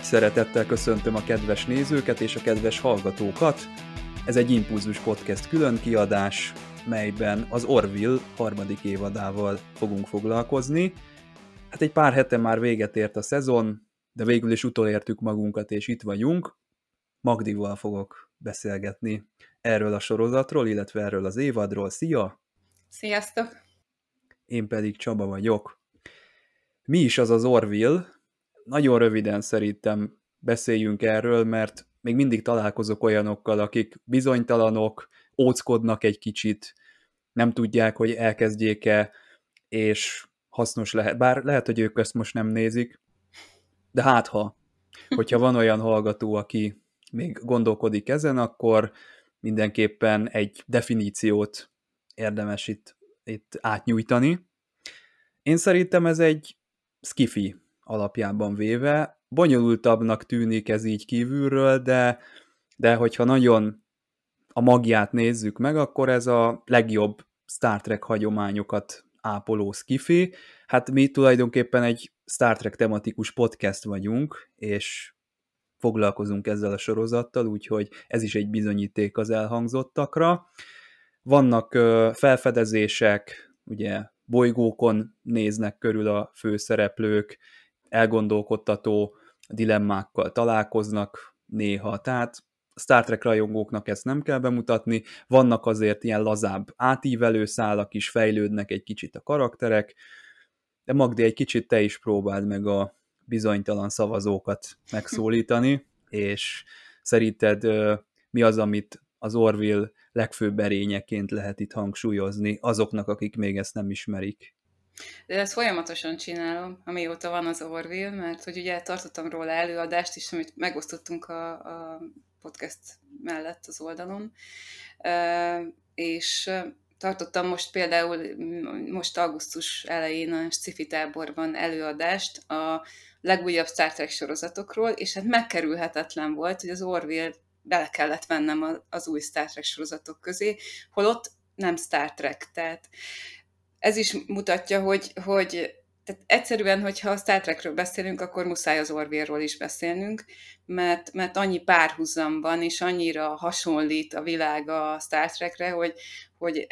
Szeretettel köszöntöm a kedves nézőket és a kedves hallgatókat. Ez egy Impulzus Podcast külön kiadás, melyben az Orville harmadik évadával fogunk foglalkozni. Hát egy pár hete már véget ért a szezon, de végül is utolértük magunkat és itt vagyunk. Magdival fogok beszélgetni erről a sorozatról, illetve erről az évadról. Szia! Sziasztok! Én pedig Csaba vagyok. Mi is az Orville? Nagyon röviden szerintem beszéljünk erről, mert még mindig találkozok olyanokkal, akik bizonytalanok, óckodnak egy kicsit, nem tudják, hogy elkezdjék-e, és hasznos lehet. Bár lehet, hogy ők ezt most nem nézik, de hogyha van olyan hallgató, aki még gondolkodik ezen, akkor mindenképpen egy definíciót érdemes itt átnyújtani. Én szerintem ez egy sci-fi alapjában véve. Bonyolultabbnak tűnik ez így kívülről, de hogyha nagyon a magját nézzük meg, akkor ez a legjobb Star Trek hagyományokat ápoló sci-fi. Hát mi tulajdonképpen egy Star Trek tematikus podcast vagyunk, és foglalkozunk ezzel a sorozattal, úgyhogy ez is egy bizonyíték az elhangzottakra. Vannak felfedezések, ugye bolygókon néznek körül a főszereplők, elgondolkodtató dilemmákkal találkoznak néha, tehát Star Trek rajongóknak ezt nem kell bemutatni, vannak azért ilyen lazább átívelő szálak is, fejlődnek egy kicsit a karakterek, de Magdi, egy kicsit te is próbáld meg a bizonytalan szavazókat megszólítani, és szerinted mi az, amit az Orville legfőbb erényeként lehet itt hangsúlyozni azoknak, akik még ezt nem ismerik? De ezt folyamatosan csinálom, amióta van az Orville, mert hogy ugye tartottam róla előadást is, amit megosztottunk a podcast mellett az oldalon, és tartottam most például augusztus elején a Sci-Fi táborban előadást a legújabb Star Trek sorozatokról, és hát megkerülhetetlen volt, hogy az Orville bele kellett vennem az új Star Trek sorozatok közé, holott nem Star Trek, tehát ez is mutatja, hogy tehát egyszerűen, hogyha a Star Trekről beszélünk, akkor muszáj az Orville-ról is beszélnünk, mert annyi párhuzam van, és annyira hasonlít a világ a Star Trekre, hogy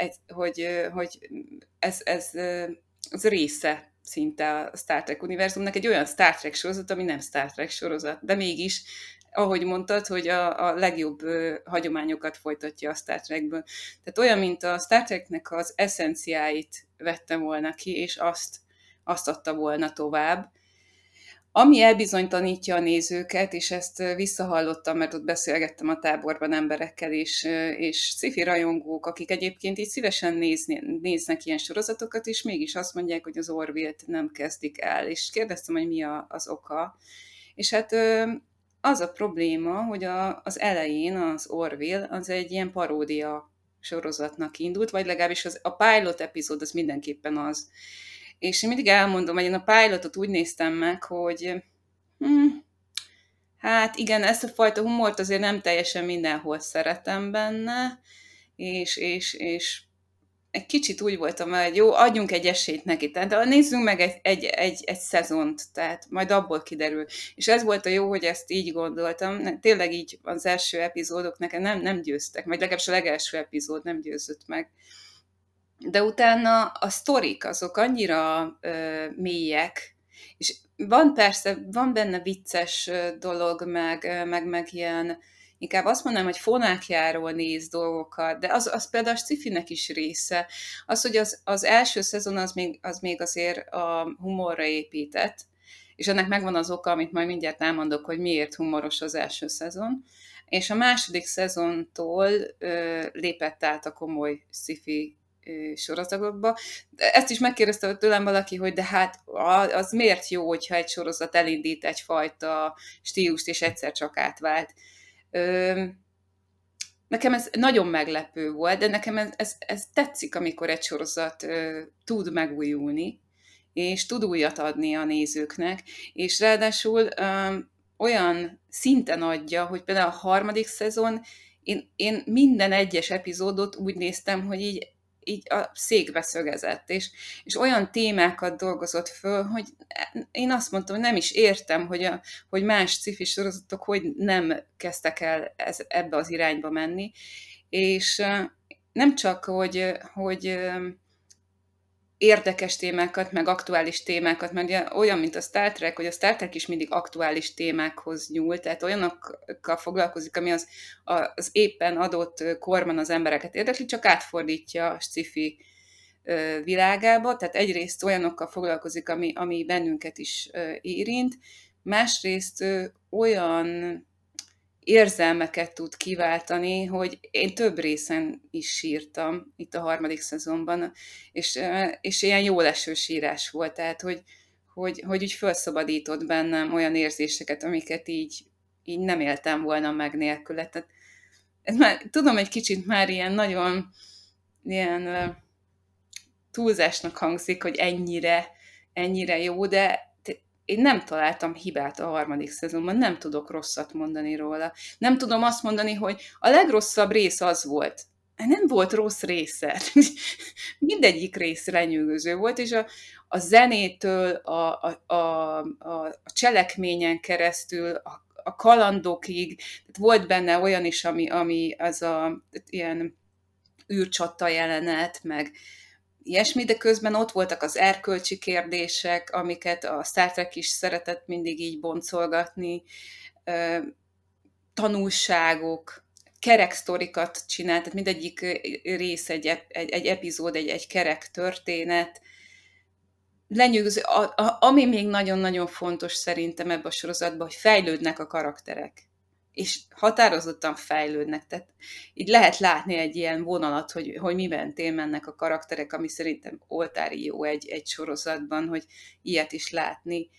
ez része szinte a Star Trek univerzumnak, egy olyan Star Trek sorozat, ami nem Star Trek sorozat, de mégis, ahogy mondtad, hogy a legjobb hagyományokat folytatja a Star Trekből. Tehát olyan, mint a Star Treknek az eszenciáit vettem volna ki, és azt adta volna tovább. Ami elbizonytalanítja a nézőket, és ezt visszahallottam, mert ott beszélgettem a táborban emberekkel, és sci-fi rajongók, akik egyébként így szívesen néznek ilyen sorozatokat, és mégis azt mondják, hogy az Orville-t nem kezdik el. És kérdeztem, hogy mi az oka. És hát az a probléma, hogy az elején az Orville az egy ilyen paródia sorozatnak indult, vagy legalábbis a pilot epizód az mindenképpen az. És én mindig elmondom, hogy én a pilotot úgy néztem meg, hogy hát igen, ezt a fajta humort azért nem teljesen mindenhol szeretem benne, és egy kicsit úgy voltam, hogy jó, adjunk egy esélyt neki, de nézzünk meg egy szezont, tehát majd abból kiderül. És ez volt a jó, hogy ezt így gondoltam. Tényleg így az első epizódok nekem nem győztek, vagy legalábbis a legelső epizód nem győzött meg. De utána a sztorik azok annyira mélyek, és van benne vicces dolog, meg ilyen, inkább azt mondanám, hogy fonákjáról néz dolgokat, de az például a sci-finek is része. Az, hogy az első szezon az még azért a humorra épített, és ennek megvan az oka, amit majd mindjárt elmondok, hogy miért humoros az első szezon, és a második szezontól lépett át a komoly sci-fi sorozatokba. Ezt is megkérdezte tőlem valaki, hogy de hát az miért jó, hogyha egy sorozat elindít egyfajta stílust, és egyszer csak átvált. Nekem ez nagyon meglepő volt, de nekem ez tetszik, amikor egy sorozat tud megújulni, és tud újat adni a nézőknek, és ráadásul olyan szinten adja, hogy például a harmadik szezon, én minden egyes epizódot úgy néztem, hogy így így a székbe szögezett, és olyan témákat dolgozott föl, hogy én azt mondtam, hogy nem is értem, hogy más sci-fi sorozatok hogy nem kezdtek el ebbe az irányba menni, és nem csak, hogy érdekes témákat, meg aktuális témákat, mert ugye olyan, mint a Star Trek, hogy a Star Trek is mindig aktuális témákhoz nyúl, tehát olyanokkal foglalkozik, ami az éppen adott korban az embereket érdekli, csak átfordítja a sci-fi világába, tehát egyrészt olyanokkal foglalkozik, ami bennünket is érint, másrészt olyan érzelmeket tud kiváltani, hogy én több részen is sírtam itt a 3. szezonban, és ilyen jó leső sírás volt, tehát hogy úgy felszabadított bennem olyan érzéseket, amiket így nem éltem volna meg nélküle. Tehát ez már, tudom, egy kicsit már ilyen nagyon ilyen túlzásnak hangzik, hogy ennyire jó, de én nem találtam hibát a 3. szezonban, nem tudok rosszat mondani róla. Nem tudom azt mondani, hogy a legrosszabb rész az volt. Nem volt rossz része. Mindegyik rész lenyűgöző volt, és a zenétől, a cselekményen keresztül, a kalandokig, tehát volt benne olyan is, ami az ilyen űrcsatta jelenet, meg ilyesmi, de közben ott voltak az erkölcsi kérdések, amiket a Star Trek is szeretett mindig így boncolgatni, tanulságok, kerek sztorikat csinált, tehát mindegyik rész egy epizód, egy kerek történet. Lenyűgöző, ami még nagyon-nagyon fontos szerintem ebben a sorozatban, hogy fejlődnek a karakterek. És határozottan fejlődnek. Tehát így lehet látni egy ilyen vonalat, hogy mi mentén mennek a karakterek, ami szerintem oltári jó egy sorozatban, hogy ilyet is látni.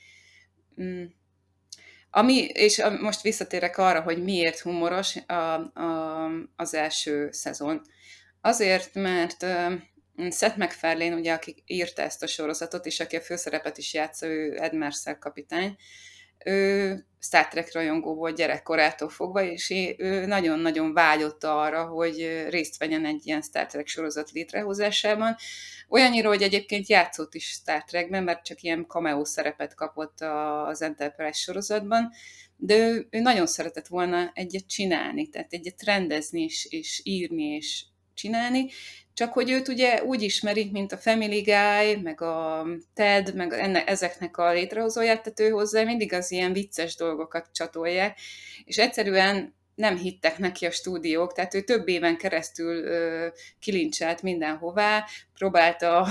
És most visszatérek arra, hogy miért humoros az első szezon. Azért, mert Seth MacFarlane, ugye, aki írta ezt a sorozatot, és aki a főszerepet is játsza, ő Ed Mercer kapitány, ő Star Trek rajongó volt gyerekkorától fogva, és ő nagyon-nagyon vágyott arra, hogy részt vegyen egy ilyen Star Trek sorozat létrehozásában. Olyannyira, hogy egyébként játszott is Star Trekben, mert csak ilyen cameo szerepet kapott az Enterprise sorozatban, de ő nagyon szeretett volna egyet csinálni, tehát egyet rendezni, és írni, és csinálni, csak hogy őt ugye úgy ismerik, mint a Family Guy, meg a Ted, meg ezeknek a létrehozóját, tehát ő hozzá mindig az ilyen vicces dolgokat csatolják, és egyszerűen nem hittek neki a stúdiók, tehát ő több éven keresztül kilincselt mindenhová, próbálta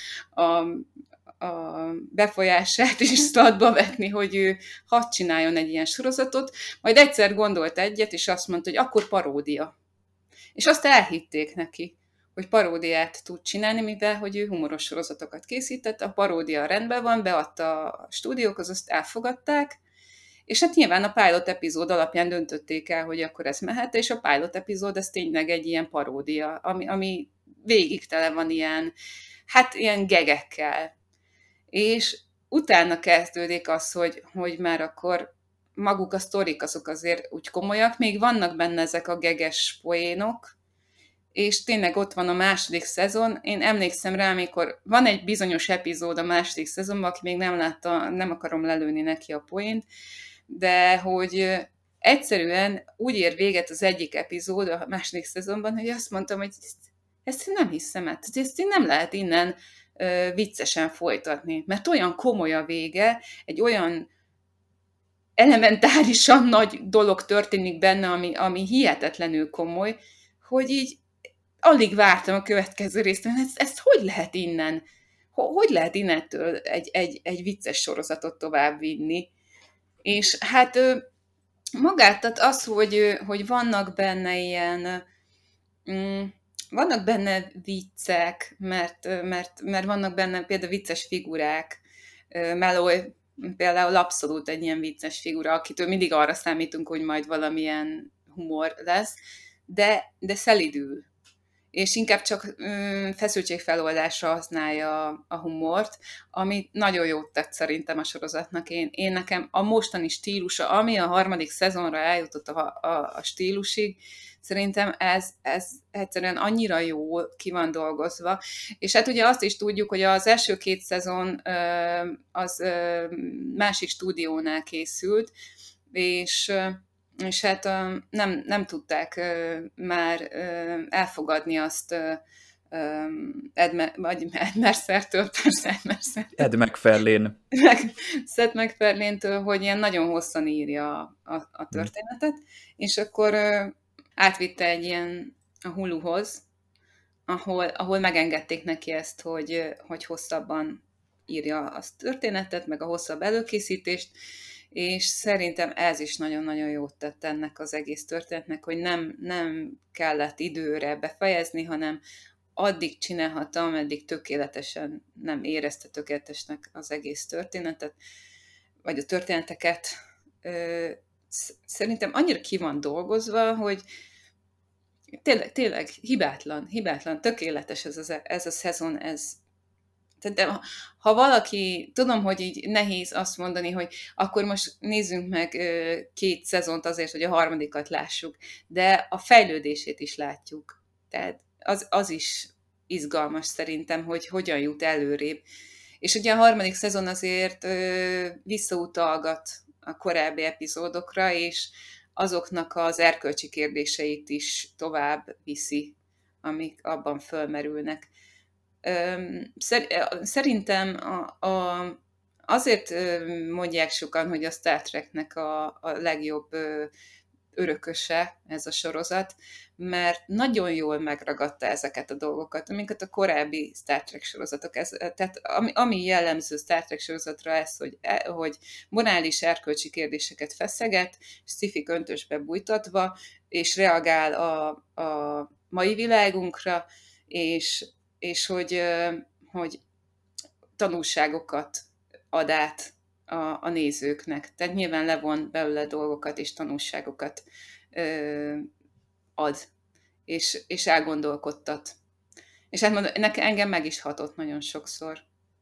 a befolyását is szlatba vetni, hogy ő hadd csináljon egy ilyen sorozatot, majd egyszer gondolt egyet, és azt mondta, hogy akkor paródia. És azt elhitték neki, hogy paródiát tud csinálni, mivel hogy ő humoros sorozatokat készített, a paródia rendben van, beadta a stúdiókhoz, azt elfogadták, és hát nyilván a pilot epizód alapján döntötték el, hogy akkor ez mehet, és a pilot epizód ez tényleg egy ilyen paródia, ami végig tele van ilyen gegekkel. És utána kezdődik az, hogy már akkor maguk a sztorik azok azért úgy komolyak, még vannak benne ezek a geges poénok, és tényleg ott van a 2. szezon. Én emlékszem rá, amikor van egy bizonyos epizód a 2. szezonban, aki még nem látta, nem akarom lelőni neki a poént, de hogy egyszerűen úgy ér véget az egyik epizód a 2. szezonban, hogy azt mondtam, hogy ezt én nem hiszem el, ezt én nem lehet innen viccesen folytatni, mert olyan komoly a vége, egy olyan elementárisan nagy dolog történik benne, ami hihetetlenül komoly, hogy így alig vártam a következő részt, mert ezt hogy lehet innen? Hogy lehet innentől egy vicces sorozatot tovább vinni? És hát magát, tehát az, hogy vannak benne ilyen, vannak benne viccek, mert vannak benne például vicces figurák, Malloy például abszolút egy ilyen vicces figura, akitől mindig arra számítunk, hogy majd valamilyen humor lesz, de szelidül. és inkább csak feszültségfeloldásra használja a humort, ami nagyon jót tett szerintem a sorozatnak. Én nekem a mostani stílusa, ami a harmadik szezonra eljutott a stílusig, szerintem ez egyszerűen annyira jól ki van dolgozva. És hát ugye azt is tudjuk, hogy az első 2 szezon az másik stúdiónál készült, és hát nem tudták már elfogadni azt vagy Ed Mercertől, persze Ed Mercertől. Ed McFarlane. Seth MacFarlane-től, hogy ilyen nagyon hosszan írja a történetet, és akkor átvitte egy ilyen a Huluhoz, ahol megengedték neki ezt, hogy hosszabban írja a történetet, meg a hosszabb előkészítést, és szerintem ez is nagyon-nagyon jót tett ennek az egész történetnek, hogy nem kellett időre befejezni, hanem addig csinálhatta, ameddig tökéletesen nem érezte tökéletesnek az egész történetet, vagy a történeteket. Szerintem annyira ki van dolgozva, hogy tényleg hibátlan, tökéletes ez a szezon, de ha valaki, tudom, hogy így nehéz azt mondani, hogy akkor most nézzünk meg 2 szezont azért, hogy a harmadikat lássuk, de a fejlődését is látjuk. Tehát az is izgalmas szerintem, hogy hogyan jut előrébb. És ugye a harmadik szezon azért visszautalgat a korábbi epizódokra, és azoknak az erkölcsi kérdéseit is tovább viszi, amik abban fölmerülnek. Szerintem azért mondják sokan, hogy a Star Treknek a legjobb örököse ez a sorozat, mert nagyon jól megragadta ezeket a dolgokat, amiket a korábbi Star Trek sorozatok. Tehát ami jellemző Star Trek sorozatra ez, hogy morális erkölcsi kérdéseket feszeget, sci-fi köntösbe bújtatva, és reagál a mai világunkra, és hogy tanulságokat ad át a nézőknek. Tehát nyilván levon belőle dolgokat és tanulságokat ad, és elgondolkodtat. És hát mondom, engem meg is hatott nagyon sokszor.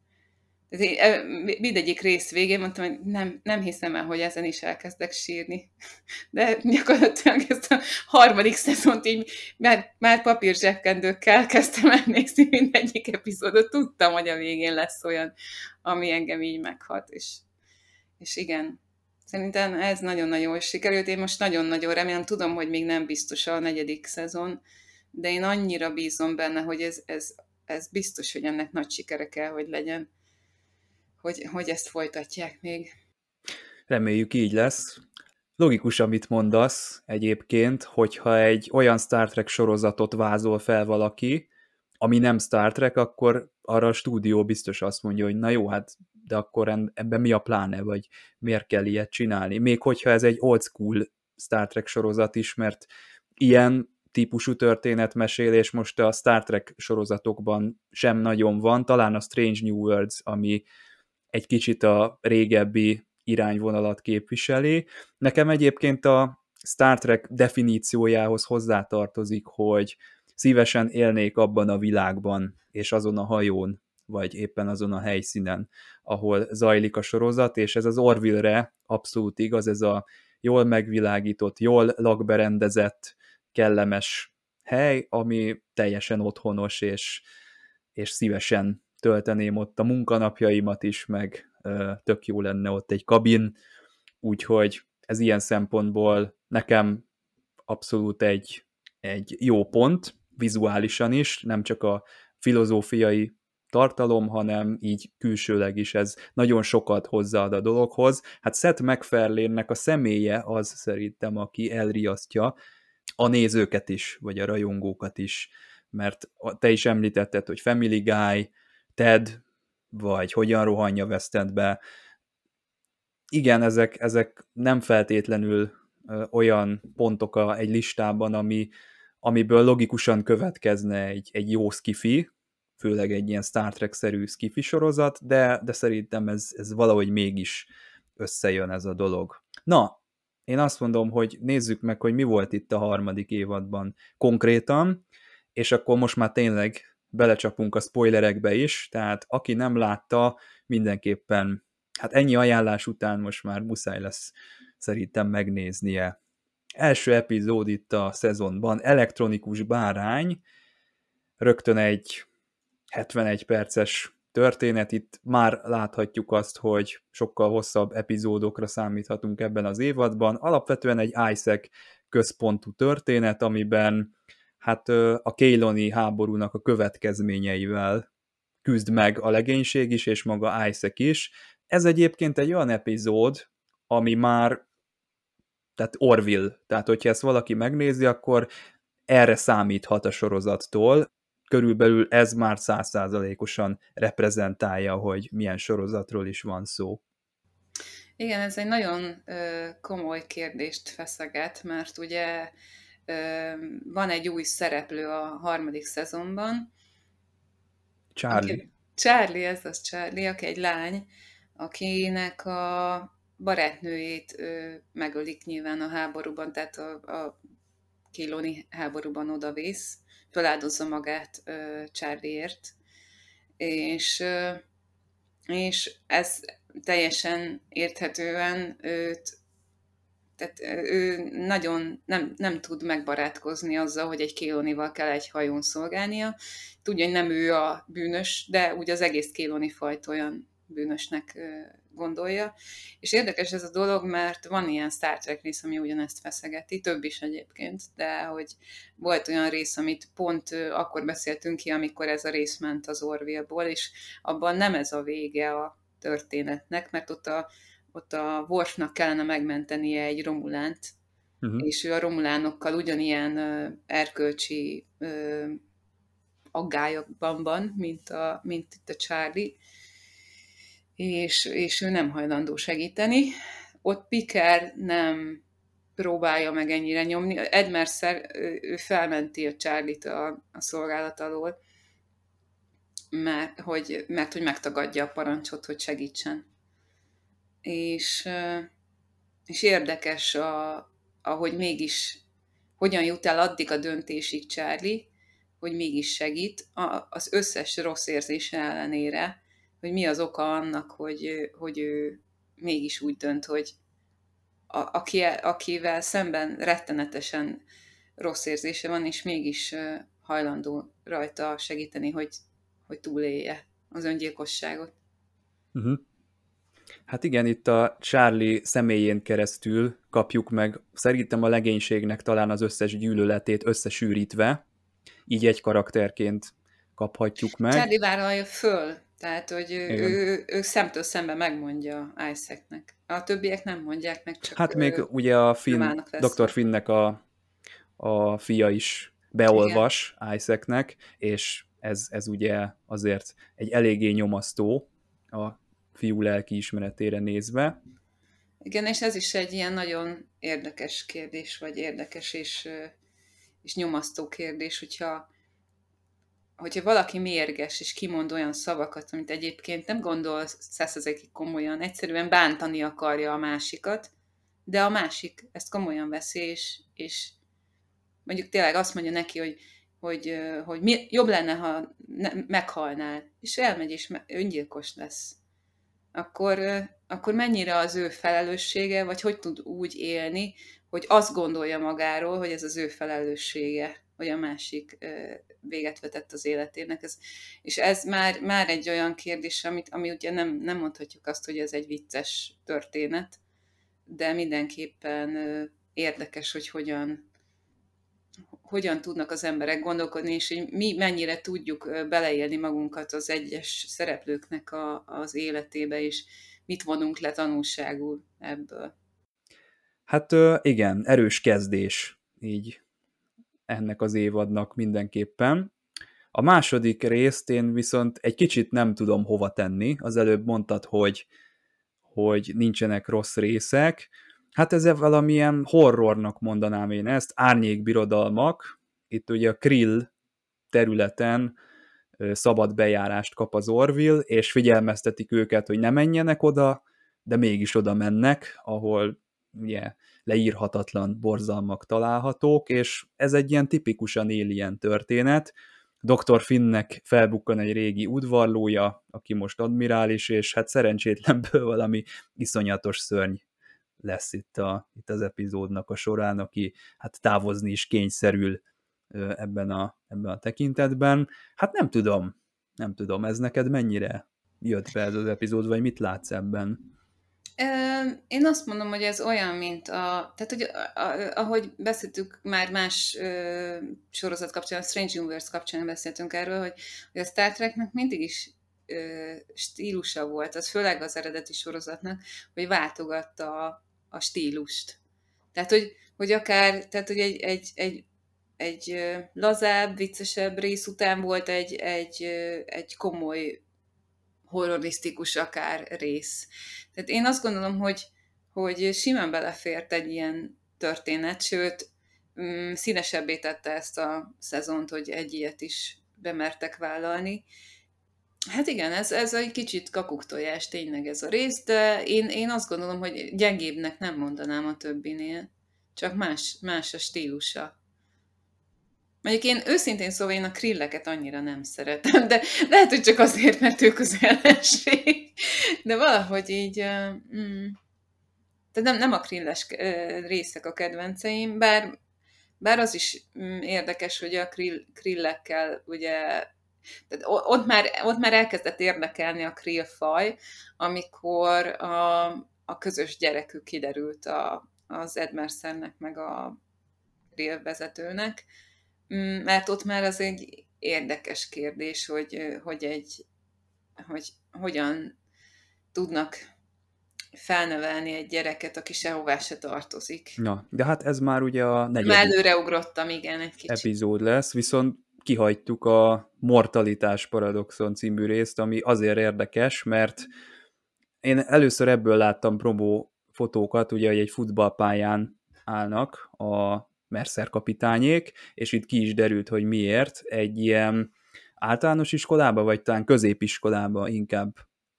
Mindegyik rész végén mondtam, hogy nem hiszem el, hogy ezen is elkezdek sírni. De gyakorlatilag ezt a harmadik szezont így már papírzsebkendőkkel kezdtem elnézni mindegyik epizódot. Tudtam, hogy a végén lesz olyan, ami engem így meghat. És igen, szerintem ez nagyon-nagyon jól sikerült. Én most nagyon-nagyon remélem, tudom, hogy még nem biztos a 4. szezon, de én annyira bízom benne, hogy ez biztos, hogy ennek nagy sikere kell, hogy legyen. Hogy ezt folytatják még. Reméljük így lesz. Logikus, amit mondasz egyébként, hogyha egy olyan Star Trek sorozatot vázol fel valaki, ami nem Star Trek, akkor arra a stúdió biztos azt mondja, hogy na jó, hát de akkor ebben mi a pláne, vagy miért kell ilyet csinálni. Még hogyha ez egy old school Star Trek sorozat is, mert ilyen típusú történetmesélés most a Star Trek sorozatokban sem nagyon van, talán a Strange New Worlds, ami egy kicsit a régebbi irányvonalat képviseli. Nekem egyébként a Star Trek definíciójához hozzátartozik, hogy szívesen élnék abban a világban, és azon a hajón, vagy éppen azon a helyszínen, ahol zajlik a sorozat, és ez az Orville-re abszolút igaz, ez a jól megvilágított, jól lakberendezett, kellemes hely, ami teljesen otthonos, és szívesen tölteném ott a munkanapjaimat is, meg tök jó lenne ott egy kabin, úgyhogy ez ilyen szempontból nekem abszolút egy jó pont, vizuálisan is, nem csak a filozófiai tartalom, hanem így külsőleg is ez nagyon sokat hozzáad a dologhoz. Hát Seth MacFarlane-nek a személye az szerintem, aki elriasztja a nézőket is, vagy a rajongókat is, mert te is említetted, hogy Family Guy, Ted, vagy Hogyan rohanja West Endbe. Igen, ezek nem feltétlenül olyan pontok egy listában, amiből logikusan következne egy jó skifi, főleg egy ilyen Star Trek-szerű skifi sorozat, de szerintem ez valahogy mégis összejön ez a dolog. Na, én azt mondom, hogy nézzük meg, hogy mi volt itt a harmadik évadban konkrétan, És akkor most már tényleg belecsapunk a spoilerekbe is, tehát aki nem látta, mindenképpen, hát ennyi ajánlás után most már muszáj lesz szerintem megnéznie. Első epizód itt a szezonban, Elektronikus bárány, rögtön egy 71 perces történet, itt már láthatjuk azt, hogy sokkal hosszabb epizódokra számíthatunk ebben az évadban. Alapvetően egy Isaac központú történet, amiben hát a Keyloni háborúnak a következményeivel küzd meg a legénység is, és maga Isaac is. Ez egyébként egy olyan epizód, ami már tehát Orville, tehát hogyha ezt valaki megnézi, akkor erre számíthat a sorozattól. Körülbelül ez már 100%-osan reprezentálja, hogy milyen sorozatról is van szó. Igen, ez egy nagyon komoly kérdést feszeget, mert ugye van egy új szereplő a harmadik szezonban. Charlie. Charlie, ez az Charlie, aki egy lány, akinek a barátnőjét megölik nyilván a háborúban, tehát a Keyloni háborúban odavész, feláldozza magát Charlieért, és ez teljesen érthetően tehát ő nagyon nem tud megbarátkozni azzal, hogy egy Keylonival kell egy hajón szolgálnia. Tudja, hogy nem ő a bűnös, de úgy az egész Keyloni fajt olyan bűnösnek gondolja. És érdekes ez a dolog, mert van ilyen Star Trek rész, ami ugyanezt feszegeti, több is egyébként, de hogy volt olyan rész, amit pont akkor beszéltünk ki, amikor ez a rész ment az Orville-ból, és abban nem ez a vége a történetnek, mert ott a Worfnak kellene megmentenie egy Romulánt, és ő a Romulánokkal ugyanilyen erkölcsi aggályokban van, mint itt a Charlie, és ő nem hajlandó segíteni. Ott Picard nem próbálja meg ennyire nyomni. Ed Mercer, ő felmenti a Charlie-t a szolgálat alól, mert hogy megtagadja a parancsot, hogy segítsen. És érdekes, ahogy mégis hogyan jut el addig a döntésig Charlie, hogy mégis segít, az összes rossz érzése ellenére, hogy mi az oka annak, hogy ő mégis úgy dönt, hogy akivel szemben rettenetesen rossz érzése van, és mégis hajlandó rajta segíteni, hogy túlélje az öngyilkosságot. Uh-huh. Hát igen, itt a Charlie személyén keresztül kapjuk meg szerintem a legénységnek talán az összes gyűlöletét összesűrítve, így egy karakterként kaphatjuk meg. Charlie vállalja föl, tehát hogy ő szemtől szembe megmondja Isaacnek. A többiek nem mondják meg, csak hát még ugye a Dr. Finnnek a fia is beolvas Isaacnek, és ez ugye azért egy eléggé nyomasztó a fiú lelki ismeretére nézve. Igen, és ez is egy ilyen nagyon érdekes kérdés, vagy érdekes és nyomasztó kérdés, hogyha valaki mérges, és kimond olyan szavakat, amit egyébként nem gondol 100%-ig komolyan, egyszerűen bántani akarja a másikat, de a másik ezt komolyan veszi, és mondjuk tényleg azt mondja neki, hogy jobb lenne, ha meghalnál, és elmegy, és öngyilkos lesz. Akkor mennyire az ő felelőssége, vagy hogy tud úgy élni, hogy azt gondolja magáról, hogy ez az ő felelőssége, hogy a másik véget vetett az életének. És ez már egy olyan kérdés, ami ugye nem mondhatjuk azt, hogy ez egy vicces történet, de mindenképpen érdekes, hogy hogyan tudnak az emberek gondolkodni, és hogy mi mennyire tudjuk beleélni magunkat az egyes szereplőknek az életébe, és mit vonunk le tanulságul ebből. Hát igen, erős kezdés így ennek az évadnak mindenképpen. A második részt én viszont egy kicsit nem tudom hova tenni. Az előbb mondtad, hogy nincsenek rossz részek. Hát ez valamilyen horrornak mondanám én ezt, árnyékbirodalmak. Itt ugye a Krill területen szabad bejárást kap az Orville, és figyelmeztetik őket, hogy ne menjenek oda, de mégis oda mennek, ahol ugye leírhatatlan borzalmak találhatók, és ez egy ilyen tipikusan alien történet. Dr. Finnnek felbukkan egy régi udvarlója, aki most admirális, és hát szerencsétlenből valami iszonyatos szörny lesz itt az epizódnak a során, aki hát távozni is kényszerül ebben a tekintetben. Hát nem tudom, ez neked mennyire jött be ez az epizód, vagy mit látsz ebben? Én azt mondom, hogy ez olyan, mint tehát, hogy ahogy beszéltük már más sorozat kapcsán, a Strange Universe kapcsán beszéltünk erről, hogy a Star Treknek mindig is stílusa volt, az főleg az eredeti sorozatnak, hogy váltogatta a stílust. Tehát, hogy akár, tehát, hogy egy lazább, viccesebb rész után volt egy komoly horrorisztikus akár rész. Tehát én azt gondolom, hogy simán belefért egy ilyen történet, sőt, színesebbé tette ezt a szezont, hogy egy ilyet is bemertek vállalni. Hát igen, ez egy kicsit kakuktojás tényleg ez a rész, de én azt gondolom, hogy gyengébbnek nem mondanám a többinél, csak más a stílusa. Mondjuk én őszintén szóval én a krilleket annyira nem szeretem, de lehet, hogy csak azért, mert ők az ellenség. De valahogy így... Tehát nem a krilles részek a kedvenceim, bár az is érdekes, hogy a krillekkel ugye... Tehát ott már elkezdett érdekelni a krillfaj, amikor a közös gyerekük kiderült az Ed Mercernek, meg a krill vezetőnek, mert ott már az egy érdekes kérdés, hogy hogyan tudnak felnevelni egy gyereket, aki sehová se tartozik. Na, de hát ez már ugye a Már negyedik előreugrottam, igen, egy kicsit. epizód lesz, viszont kihagytuk a Mortalitás Paradoxon című részt, ami azért érdekes, mert én először ebből láttam promó fotókat, ugye, hogy egy futballpályán állnak a Mercer kapitányék, és itt ki is derült, hogy miért. Egy ilyen általános iskolába, vagy talán középiskolába inkább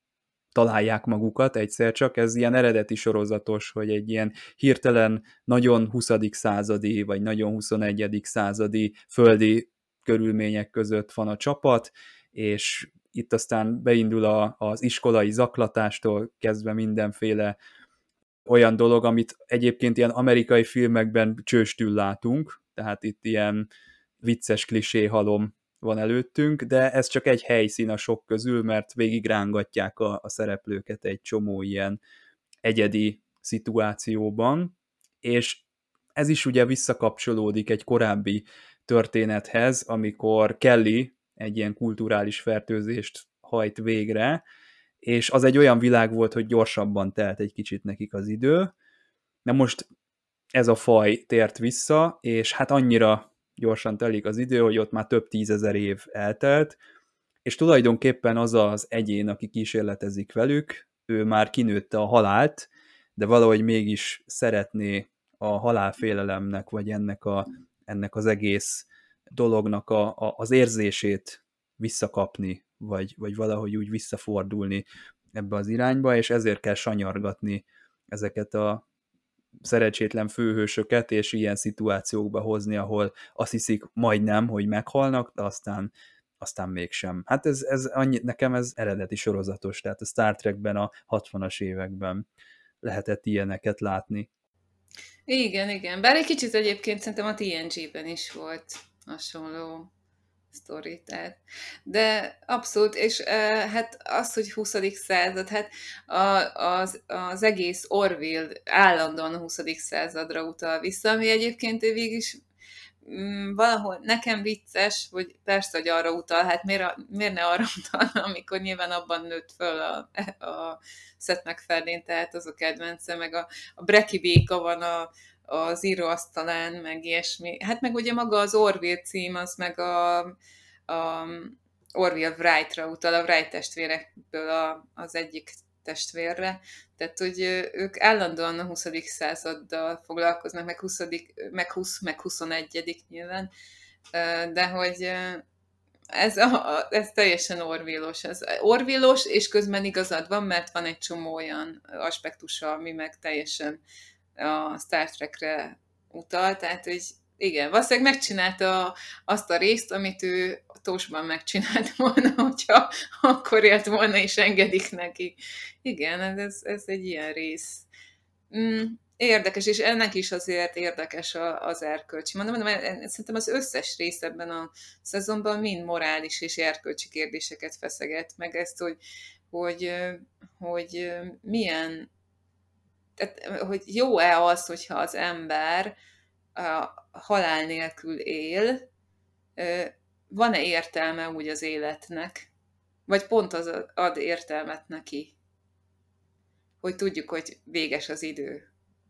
találják magukat egyszer csak, ez ilyen eredeti sorozatos, hogy egy ilyen hirtelen nagyon 20. századi, vagy nagyon 21. századi földi körülmények között van a csapat, és itt aztán beindul az iskolai zaklatástól kezdve mindenféle olyan dolog, amit egyébként ilyen amerikai filmekben csőstül látunk, tehát itt ilyen vicces klisé halom van előttünk, de ez csak egy helyszín a sok közül, mert végig rángatják a szereplőket egy csomó ilyen egyedi szituációban, és ez is ugye visszakapcsolódik egy korábbi történethez, amikor Kelly egy ilyen kulturális fertőzést hajt végre, és az egy olyan világ volt, hogy gyorsabban telt egy kicsit nekik az idő. Na most ez a faj tért vissza, és hát annyira gyorsan telik az idő, hogy ott már több 10 000 év eltelt, és tulajdonképpen az az egyén, aki kísérletezik velük, ő már kinőtte a halált, de valahogy mégis szeretné a halálfélelemnek, vagy ennek az egész dolognak az érzését visszakapni, vagy valahogy úgy visszafordulni ebbe az irányba, és ezért kell sanyargatni ezeket a szerencsétlen főhősöket, és ilyen szituációkba hozni, ahol azt hiszik majdnem, hogy meghalnak, de aztán mégsem. Hát nekem ez eredeti sorozatos, tehát a Star Trekben a 60-as években lehetett ilyeneket látni. Igen. Bár egy kicsit egyébként szerintem a TNG-ben is volt hasonló sztori, tehát. De abszolút, és hát az, hogy 20. század, hát az egész Orville állandóan a 20. századra utal vissza, ami egyébként végig is valahol nekem vicces, hogy persze, hogy arra utal, hát miért ne arra utal, amikor nyilván abban nőtt föl a Seth MacFarlane, tehát az a kedvence, meg a Brecky béka van az íróasztalán, meg ilyesmi. Hát meg ugye maga az Orville cím, az meg a Orville Wright-ra utal, a Wright testvérekből az egyik testvérre. Tehát, hogy ők állandóan a 20. századdal foglalkoznak, meg 20, meg 21. nyilván, de hogy ez teljesen Orville-os. Ez Orville-os, és közben igazad van, mert van egy csomó olyan aspektusa, ami meg teljesen a Star Trekre utal, tehát hogy igen, valószínűleg megcsinálta azt a részt, amit ő Tósban megcsinált volna, hogyha akkor élt volna, és engedik neki. Igen, ez egy ilyen rész. Érdekes, és ennek is azért érdekes az erkölcsi. Mondom, szerintem az összes rész ebben a szezonban mind morális és erkölcsi kérdéseket feszeget, meg ezt, hogy milyen, tehát, hogy jó-e az, hogyha az ember a halál nélkül él, van-e értelme úgy az életnek, vagy pont az ad értelmet neki, hogy tudjuk, hogy véges az idő.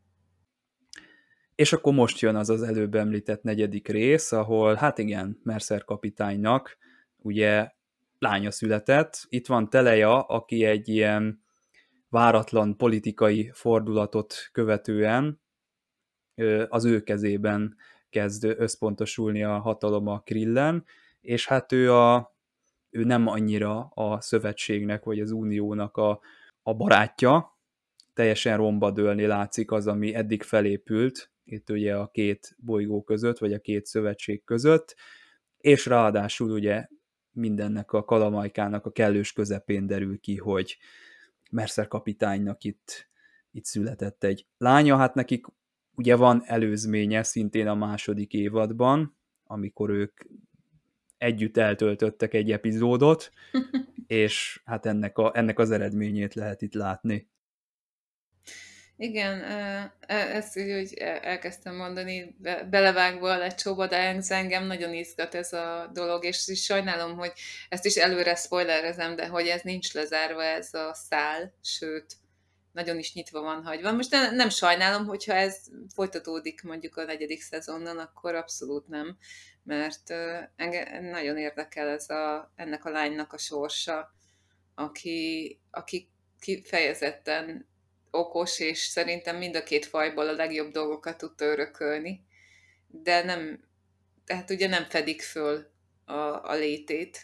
És akkor most jön az előbb említett 4. rész, ahol, hát igen, Mercer kapitánynak ugye lánya született. Itt van Teleja, aki egy ilyen váratlan politikai fordulatot követően az ő kezében kezd összpontosulni a hatalom a Krillen, és hát ő nem annyira a szövetségnek vagy az uniónak a barátja, teljesen romba dőlni látszik az, ami eddig felépült, itt ugye a két bolygó között, vagy a két szövetség között, és ráadásul ugye mindennek a kalamajkának a kellős közepén derül ki, hogy Mercer kapitánynak itt született egy lánya, hát nekik ugye van előzménye szintén a második évadban, amikor ők együtt eltöltöttek egy epizódot, és hát ennek az eredményét lehet itt látni. Igen, ezt úgy, hogy elkezdtem mondani, belevágva a lecsóba, de ez engem nagyon izgat ez a dolog, és sajnálom, hogy ezt is előre spoilerezem, de hogy ez nincs lezárva ez a szál, sőt, nagyon is nyitva van hagyva. Most nem sajnálom, hogyha ez folytatódik mondjuk a 4. szezonon, akkor abszolút nem, mert engem nagyon érdekel ennek a lánynak a sorsa, aki kifejezetten okos, és szerintem mind a két fajból a legjobb dolgokat tudta örökölni, de nem, tehát ugye nem fedik föl a létét,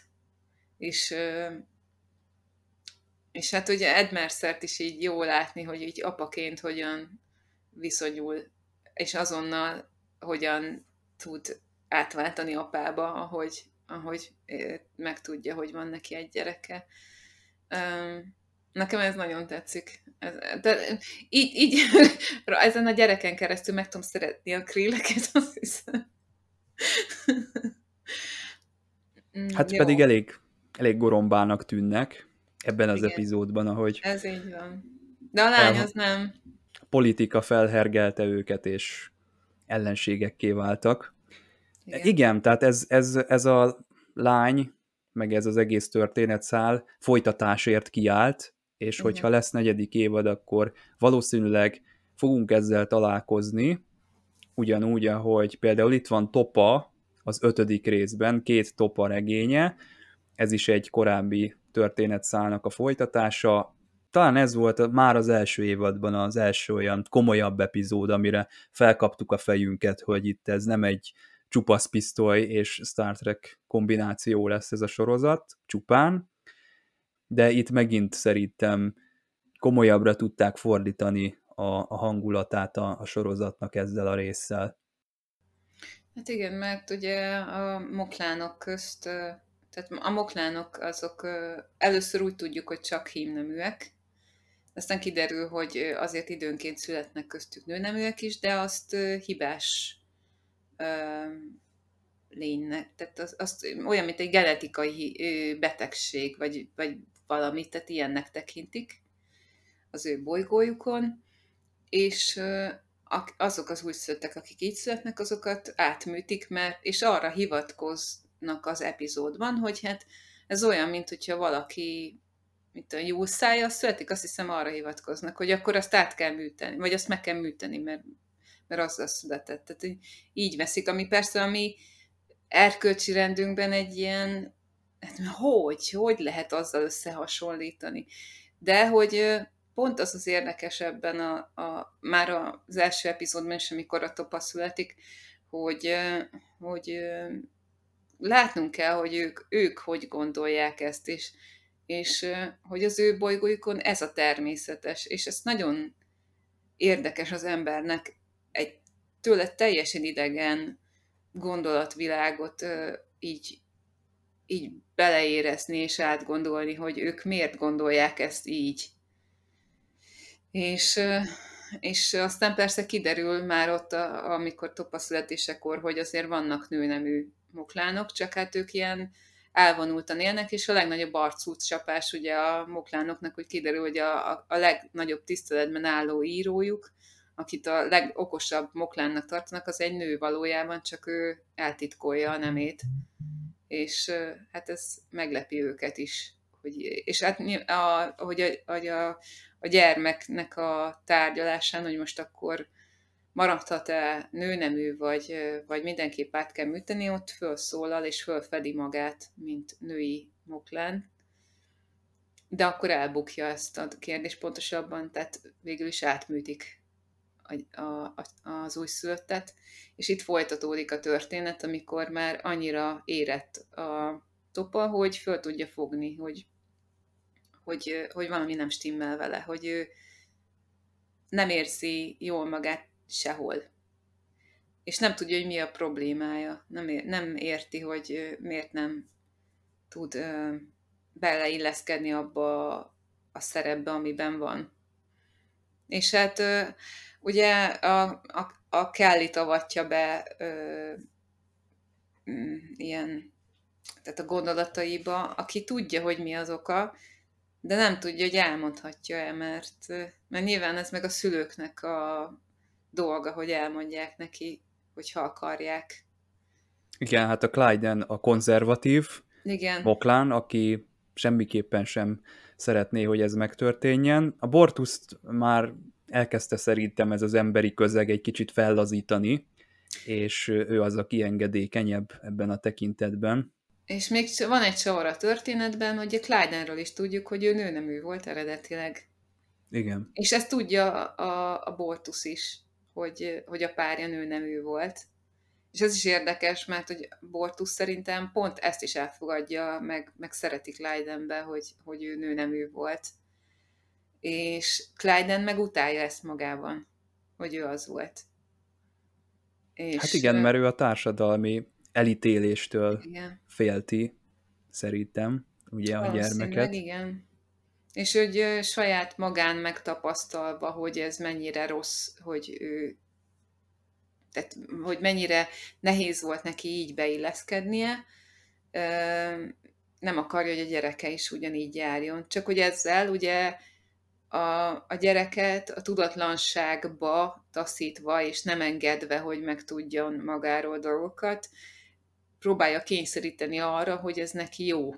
és hát ugye Ed Mercert is így jó látni, hogy így apaként hogyan viszonyul, és azonnal hogyan tud átváltani apába, ahogy megtudja, hogy van neki egy gyereke. Nekem ez nagyon tetszik. De így ezen a gyereken keresztül meg tudom szeretni a Krilleket, azt hiszem. Hát Jó. pedig elég gorombának tűnnek ebben az Igen. epizódban, ahogy Ez így van. De a lány az nem. politika felhergelte őket, és ellenségekké váltak. Igen, tehát ez a lány, meg ez az egész történetszál folytatásért kiállt, és hogyha lesz 4. évad, akkor valószínűleg fogunk ezzel találkozni, ugyanúgy, ahogy például itt van Topa az 5. részben, 2 Topa regénye, ez is egy korábbi történetszálnak a folytatása. Talán ez volt már az első évadban az első olyan komolyabb epizód, amire felkaptuk a fejünket, hogy itt ez nem egy csupasz pisztoly és Star Trek kombináció lesz ez a sorozat, csupán, de itt megint szerintem komolyabbra tudták fordítani a hangulatát a sorozatnak ezzel a résszel. Hát igen, mert ugye a moklánok közt, tehát a moklánok azok először úgy tudjuk, hogy csak hímneműek, aztán kiderül, hogy azért időnként születnek köztük nőneműek is, de azt hibás lénynek, tehát azt olyan, mint egy genetikai betegség, vagy valami, tehát ilyennek tekintik az ő bolygójukon, és azok az újszülöttek, akik így születnek, azokat átműtik, és arra hivatkoznak az epizódban, hogy hát ez olyan, mint hogyha valaki mint a jószája születik, azt hiszem arra hivatkoznak, hogy akkor azt át kell műteni, vagy azt meg kell műteni, mert azzal született. Tehát így veszik, ami persze a mi erkölcsi rendünkben egy ilyen, hát hogy lehet azzal összehasonlítani. De hogy pont az érdekes ebben már az első epizódban is, amikor a Topa születik, hogy látnunk kell, hogy ők hogy gondolják ezt, és hogy az ő bolygójukon ez a természetes, és ezt nagyon érdekes az embernek egy tőle teljesen idegen gondolatvilágot így beleérezni és átgondolni, hogy ők miért gondolják ezt így. És, és aztán persze kiderül már ott, amikor Toppa születésekor, hogy azért vannak nőnemű moklánok, csak hát ők ilyen elvonultan élnek, és a legnagyobb arcúcsapás ugye a moklánoknak, hogy kiderül, hogy a legnagyobb tiszteletben álló írójuk, akit a legokosabb moklánnak tartanak, az egy nő valójában, csak ő eltitkolja a nemét. És hát ez meglepi őket is. És hát a gyermeknek a tárgyalásán, hogy most akkor maradhat-e nőnemű, vagy mindenképp át kell műteni, ott fölszólal és fölfedi magát, mint női moklán. De akkor elbukja ezt a kérdést pontosabban, tehát végül is átműtik az újszülöttet, és itt folytatódik a történet, amikor már annyira érett a Topa, hogy föl tudja fogni, hogy valami nem stimmel vele, hogy ő nem érzi jól magát sehol. És nem tudja, hogy mi a problémája. Nem érti, hogy miért nem tud beleilleszkedni abba a szerepbe, amiben van. És hát ugye a Kellyt avatja be ilyen, tehát a gondolataiba, aki tudja, hogy mi az oka, de nem tudja, hogy elmondhatja-e, mert nyilván ez meg a szülőknek a dolga, hogy elmondják neki, hogyha akarják. Igen, hát a Clyden a konzervatív Igen. moklán, aki semmiképpen sem szeretné, hogy ez megtörténjen. A Bortuszt már elkezdte szerintem ez az emberi közeg egy kicsit fellazítani, és ő az a kiengedékenyebb ebben a tekintetben. És még van egy sor a történetben, hogy a Clydenről is tudjuk, hogy ő nőnemű volt eredetileg. Igen. És ezt tudja a Bortus is, hogy a párja nőnemű volt. És ez is érdekes, mert hogy Bortus szerintem pont ezt is elfogadja, meg szereti Clydenbe, hogy ő nőnemű volt. És Clyden meg utálja ezt magában, hogy ő az volt. Hát És igen, mert ő a társadalmi elítéléstől igen, félti, szerintem, ugye a valószínűleg gyermeket. igen. És hogy saját magán megtapasztalva, hogy ez mennyire rossz, tehát, hogy mennyire nehéz volt neki így beilleszkednie, nem akarja, hogy a gyereke is ugyanígy járjon. Csak hogy ezzel ugye a gyereket a tudatlanságba taszítva, és nem engedve, hogy megtudjon magáról dolgokat, próbálja kényszeríteni arra, hogy ez neki jó.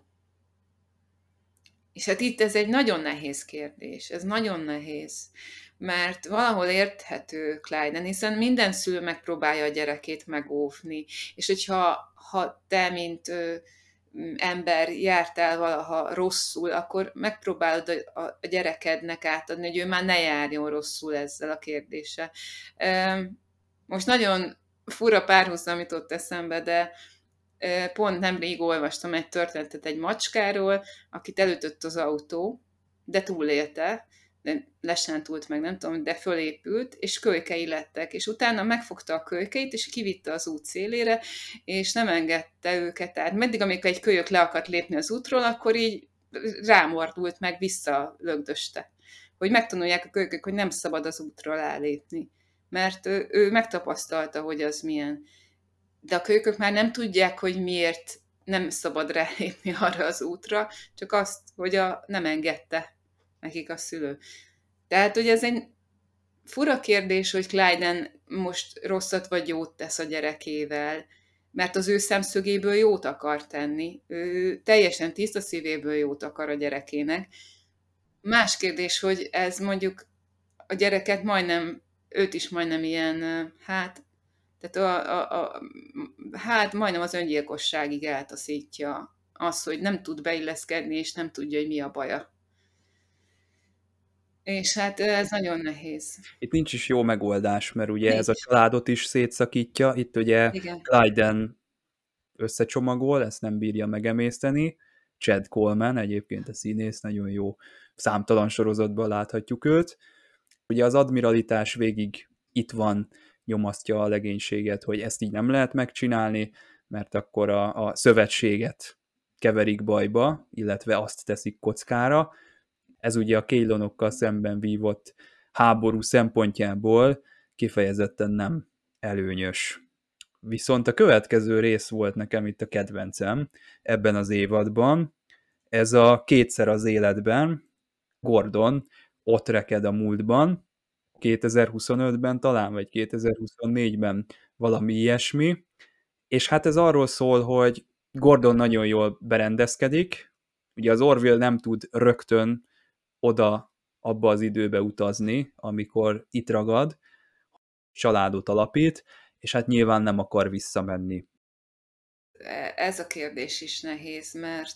És hát itt ez egy nagyon nehéz kérdés, ez nagyon nehéz, mert valahol érthető Clyden, hiszen minden szülő megpróbálja a gyerekét megóvni, és hogyha te, mint ember jártál valaha rosszul, akkor megpróbálod a gyerekednek átadni, hogy ő már ne járjon rosszul ezzel a kérdéssel. Most nagyon fura párhuzam jutott eszembe, de pont nemrég olvastam egy történetet egy macskáról, akit elütött az autó, de túlélte, de lesántult meg, nem tudom, de fölépült, és kölykei lettek, és utána megfogta a kölykeit, és kivitte az út szélére, és nem engedte őket át. Meddig, amikor egy kölyök le akart lépni az útról, akkor így rámordult meg, visszalögdöste. Hogy megtanulják a kölykök, hogy nem szabad az útról állépni. Mert ő megtapasztalta, hogy az milyen. De a kölykök már nem tudják, hogy miért nem szabad rálépni arra az útra, csak azt, hogy nem engedte nekik a szülő. Tehát, hogy ez egy fura kérdés, hogy Clyden most rosszat vagy jót tesz a gyerekével, mert az ő szemszögéből jót akar tenni. Ő teljesen tiszta szívéből jót akar a gyerekének. Más kérdés, hogy ez mondjuk a gyereket őt is majdnem ilyen, tehát hát majdnem az öngyilkosságig eltaszítja az, hogy nem tud beilleszkedni, és nem tudja, hogy mi a baja. És hát ez nagyon nehéz. Itt nincs is jó megoldás, mert ugye ez a Nincs. családot is szétszakítja, itt ugye Igen. Clyden összecsomagol, ezt nem bírja megemészteni, Chad Coleman, egyébként a színész, nagyon jó, számtalan sorozatban láthatjuk őt, Ugye az admiralitás végig itt van, nyomasztja a legénységet, hogy ezt így nem lehet megcsinálni, mert akkor a szövetséget keverik bajba, illetve azt teszik kockára. Ez ugye a Keilonokkal szemben vívott háború szempontjából kifejezetten nem előnyös. Viszont a következő rész volt nekem itt a kedvencem ebben az évadban. Ez a Kétszer az életben, Gordon ott reked a múltban, 2025-ben talán, vagy 2024-ben valami ilyesmi, és hát ez arról szól, hogy Gordon nagyon jól berendezkedik, ugye az Orville nem tud rögtön oda abba az időbe utazni, amikor itt ragad, családot alapít, és hát nyilván nem akar visszamenni. Ez a kérdés is nehéz,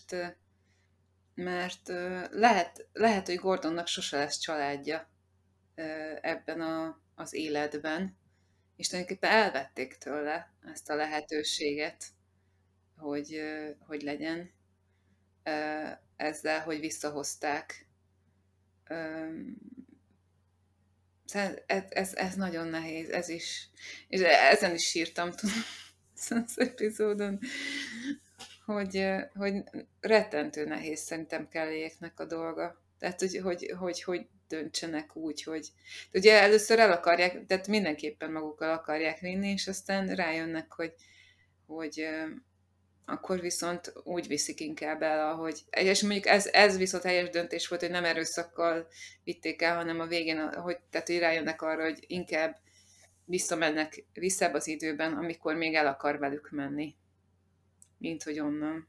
mert lehet, hogy Gordonnak sose lesz családja ebben az életben, és tulajdonképpen elvették tőle ezt a lehetőséget, hogy legyen ezzel, hogy visszahozták. Ez nagyon nehéz, ez is. És ezen is sírtam, tudom, az epizódon, hogy rettentő nehéz szerintem Kellyéknek a dolga. Tehát, hogy döntsenek úgy, hogy... Ugye először el akarják, tehát mindenképpen magukkal akarják vinni, és aztán rájönnek, hogy akkor viszont úgy viszik inkább el, ahogy... És mondjuk ez viszont helyes döntés volt, hogy nem erőszakkal vitték el, hanem a végén, tehát hogy rájönnek arra, hogy inkább visszamennek visszább az időben, amikor még el akar velük menni, mint hogy onnan.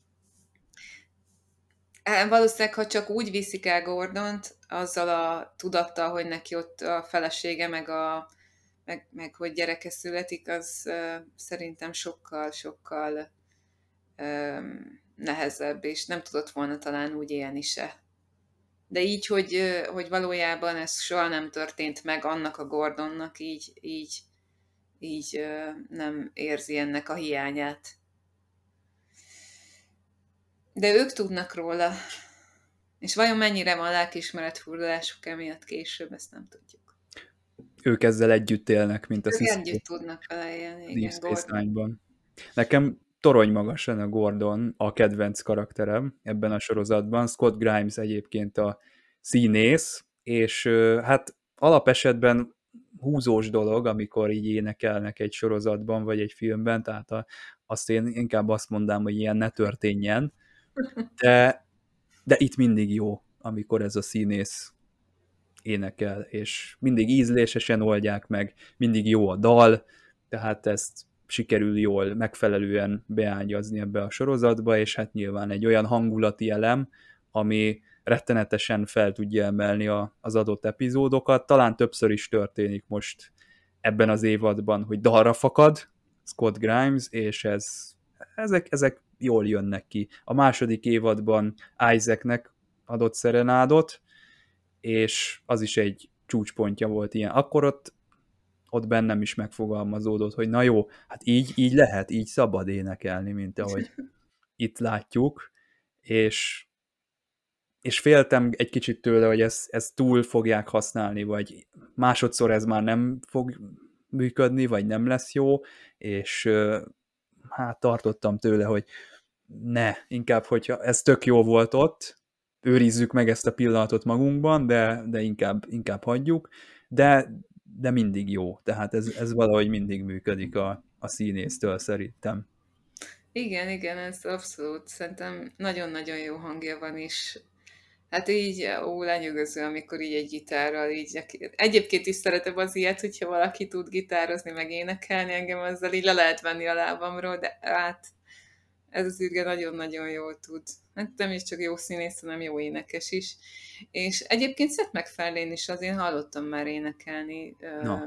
Valószínűleg, ha csak úgy viszik el Gordont, azzal a tudattal, hogy neki ott a felesége, meg hogy gyereke születik, az szerintem sokkal nehezebb, és nem tudott volna talán úgy élni se. De így, hogy valójában ez soha nem történt meg annak a Gordonnak, így nem érzi ennek a hiányát. De ők tudnak róla. És vajon mennyire van lelkiismeretfurdalásuk emiatt később, ezt nem tudjuk. Ők ezzel együtt élnek, mint a Ők Cisco együtt tudnak vele élni, Deep igen, Space Gordon. Nine-ban. Nekem torony magasan a Gordon a kedvenc karakterem ebben a sorozatban. Scott Grimes egyébként a színész, és hát alapesetben húzós dolog, amikor így énekelnek egy sorozatban, vagy egy filmben, tehát azt én inkább azt mondanám, hogy ilyen ne történjen, de itt mindig jó, amikor ez a színész énekel, és mindig ízlésesen oldják meg, mindig jó a dal, tehát ezt sikerül jól, megfelelően beágyazni ebbe a sorozatba, és hát nyilván egy olyan hangulati elem, ami rettenetesen fel tudja emelni az adott epizódokat. Talán többször is történik most ebben az évadban, hogy dalra fakad Scott Grimes, és ezek jól jönnek ki. A második évadban Isaacnek adott szerenádot, és az is egy csúcspontja volt ilyen. Akkor ott bennem is megfogalmazódott, hogy na jó, hát így lehet, így szabad énekelni, mint ahogy itt látjuk, és féltem egy kicsit tőle, hogy ezt túl fogják használni, vagy másodszor ez már nem fog működni, vagy nem lesz jó, és hát tartottam tőle, hogy inkább, hogyha ez tök jó volt ott, őrizzük meg ezt a pillanatot magunkban, de inkább hagyjuk, de mindig jó, tehát ez valahogy mindig működik a színésztől szerintem. Igen, ez abszolút. Szerintem nagyon-nagyon jó hangja van is. Hát így, lenyűgöző, amikor így egy gitárral így... Egyébként is szeretem az ilyet, hogyha valaki tud gitározni, meg énekelni, engem azzal így le lehet venni a lábamról, de hát ez az űrge nagyon-nagyon jól tud. Hát nem is csak jó színész, hanem jó énekes is. És egyébként Seth MacFarlane is azért hallottam már énekelni. Na.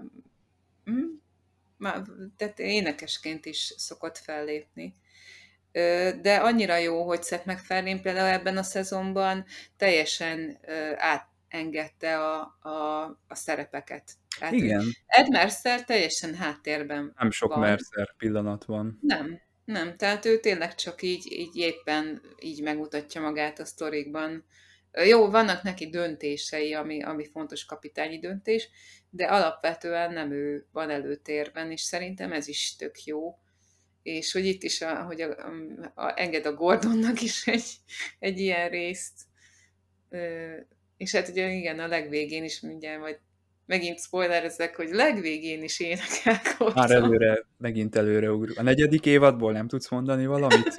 Tehát énekesként is szokott fellépni. De annyira jó, hogy Seth MacFarlane például ebben a szezonban teljesen átengedte a szerepeket. Tehát Igen. Ed Mercer teljesen háttérben Nem sok van. Mercer pillanat van. Nem, tehát ő tényleg csak így éppen így megmutatja magát a sztorikban. Jó, vannak neki döntései, ami fontos kapitányi döntés, de alapvetően nem ő van előtérben, és szerintem ez is tök jó. És hogy itt is, hogy enged a Gordonnak is egy ilyen részt. És hát ugye igen, a legvégén is mindjárt majd megint spoilerezek, hogy legvégén is énekel Már Gordon. megint előre ugrunk. A 4. évadból nem tudsz mondani valamit?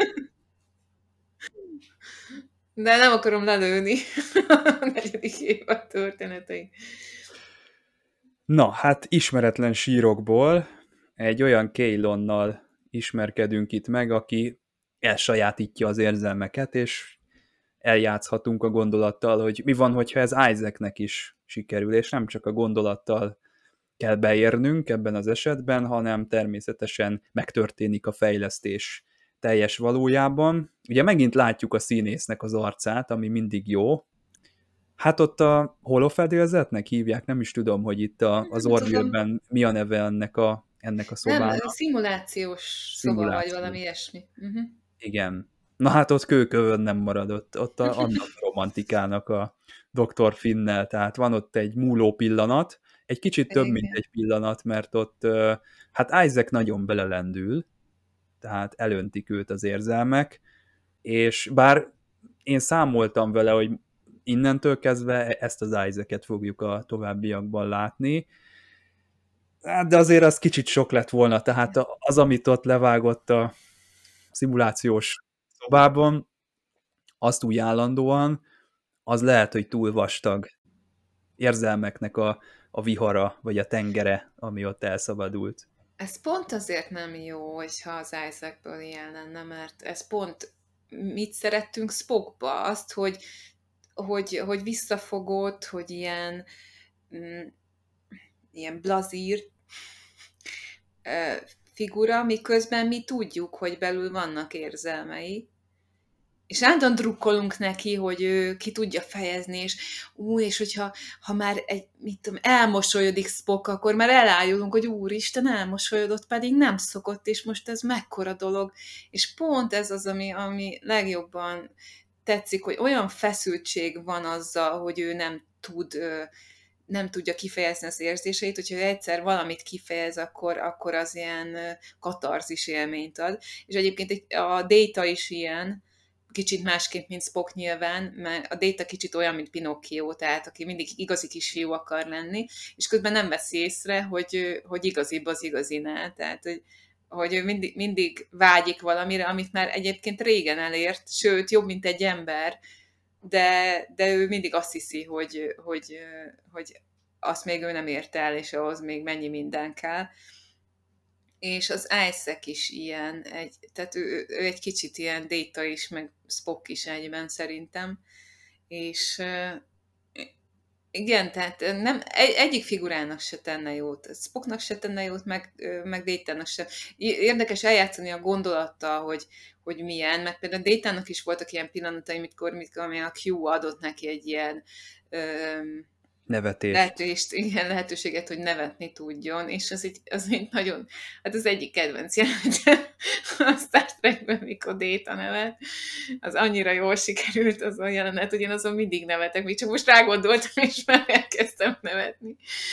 De nem akarom lelőni a 4. évad történeteit. Na, hát ismeretlen sírokból egy olyan Kaylonnal ismerkedünk itt meg, aki elsajátítja az érzelmeket, és eljátszhatunk a gondolattal, hogy mi van, hogyha ez Isaacnek is sikerül, és nem csak a gondolattal kell beérnünk ebben az esetben, hanem természetesen megtörténik a fejlesztés teljes valójában. Ugye megint látjuk a színésznek az arcát, ami mindig jó. Hát ott a holofedélzetnek hívják, nem is tudom, hogy itt az Nem tudom. Orville-ben mi a neve ennek a Nem, szobának. szimulációs szoba vagy Szimuláció. valami ilyesmi. Uh-huh. Igen. Na hát ott kőkövön nem maradott, ott annak a romantikának a Dr. Finnel, tehát van ott egy múló pillanat, egy kicsit több, mint Igen. egy pillanat, mert ott hát Isaac nagyon belelendül, tehát elöntik őt az érzelmek, és bár én számoltam vele, hogy innentől kezdve ezt az Isaac-et fogjuk a továbbiakban látni, de azért az kicsit sok lett volna, tehát az, amit ott levágott a szimulációs szobában, azt úgy állandóan, az lehet, hogy túl vastag érzelmeknek a vihara, vagy a tengere, ami ott elszabadult. Ez pont azért nem jó, hogyha az Isaacből ilyen lenne, mert ez pont mit szerettünk Spockba? Azt, hogy visszafogott, hogy mm, ilyen blazír figura, miközben mi tudjuk, hogy belül vannak érzelmei, és állandóan drukkolunk neki, hogy ő ki tudja fejezni, és hogyha már mit tudom, elmosolyodik Spock, akkor már elájulunk, hogy úristen, elmosolyodott, pedig nem szokott, és most ez mekkora dolog. És pont ez az, ami legjobban tetszik, hogy olyan feszültség van azzal, hogy ő nem tudja kifejezni az érzéseit, hogyha egyszer valamit kifejez, akkor az ilyen katarzis élményt ad. És egyébként a Data is ilyen, kicsit másként, mint Spock nyilván, mert a Data kicsit olyan, mint Pinocchio, tehát aki mindig igazi kisfiú akar lenni, és közben nem veszi észre, hogy igazibb az igazinál, tehát hogy ő mindig vágyik valamire, amit már egyébként régen elért, sőt, jobb, mint egy ember, de ő mindig azt hiszi, hogy azt még ő nem ért el, és ahhoz még mennyi minden kell. És az Isaac is ilyen, tehát ő egy kicsit ilyen Data is, meg Spock is egyben szerintem. És igen, tehát nem, egyik figurának se tenne jót. Spocknak se tenne jót, meg Data-nak se. Érdekes eljátszani a gondolattal, hogy milyen, meg például Data-nak is voltak ilyen pillanatai, mikor a Q adott neki egy ilyen Nevetést. lehetőséget, hogy nevetni tudjon, és az egy nagyon, hát az egyik kedvenc jelenetem a Star Trekben, mikor Data nevet, az annyira jól sikerült az a jelenet, hogy én azon mindig nevetek, még csak most rágondoltam, és már elkezdtem nevetni.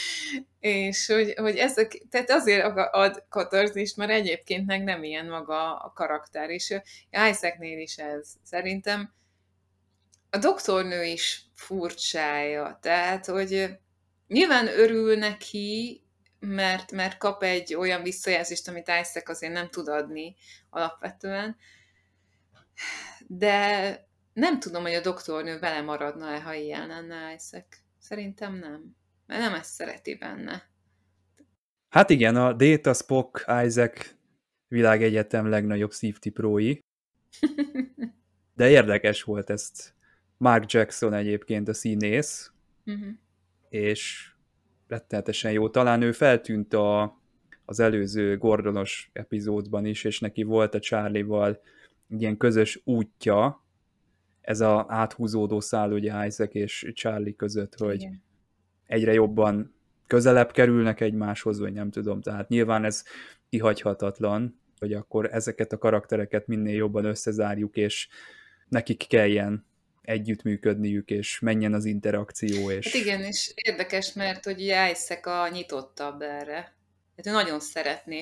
És hogy ezek, tehát azért ad katarzist, mert egyébként meg nem ilyen maga a karakter, és Isaacnél is ez. Szerintem a doktornő is furcsája, tehát, hogy nyilván örül neki, mert kap egy olyan visszajelzést, amit Isaac azért nem tud adni alapvetően, de nem tudom, hogy a doktornő vele maradna-e, ha ilyen lenne Isaac. Szerintem nem, mert nem ezt szereti benne. Hát igen, a Data, Spock, Isaac világegyetem legnagyobb szívtiprói, de érdekes volt ezt Mark Jackson egyébként a színész, és rettenetesen jó. Talán ő feltűnt az előző Gordonos epizódban is, és neki volt a Charlie-val ilyen közös útja, ez a áthúzódó szál ugye Isaac és Charlie között, hogy Igen. egyre jobban közelebb kerülnek egymáshoz, vagy nem tudom, tehát nyilván ez kihagyhatatlan, hogy akkor ezeket a karaktereket minél jobban összezárjuk, és nekik kelljen együttműködniük, és menjen az interakció, Hát és igen, és érdekes, mert hogy ugye Isaac a nyitottabb erre. Hát ő nagyon szeretné,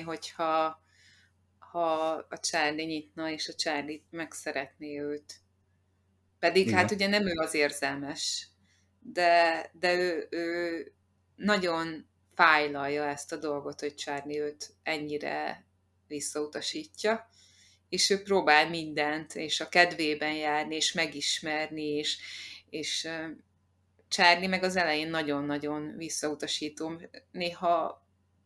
ha a Charlie nyitna, és a Charlie megszeretné őt. Pedig hát igen. ugye nem ő az érzelmes, de ő nagyon fájlalja ezt a dolgot, hogy Charlie őt ennyire visszautasítja, és ő próbál mindent, és a kedvében járni, és megismerni, és Charlie meg az elején nagyon-nagyon visszautasító. Néha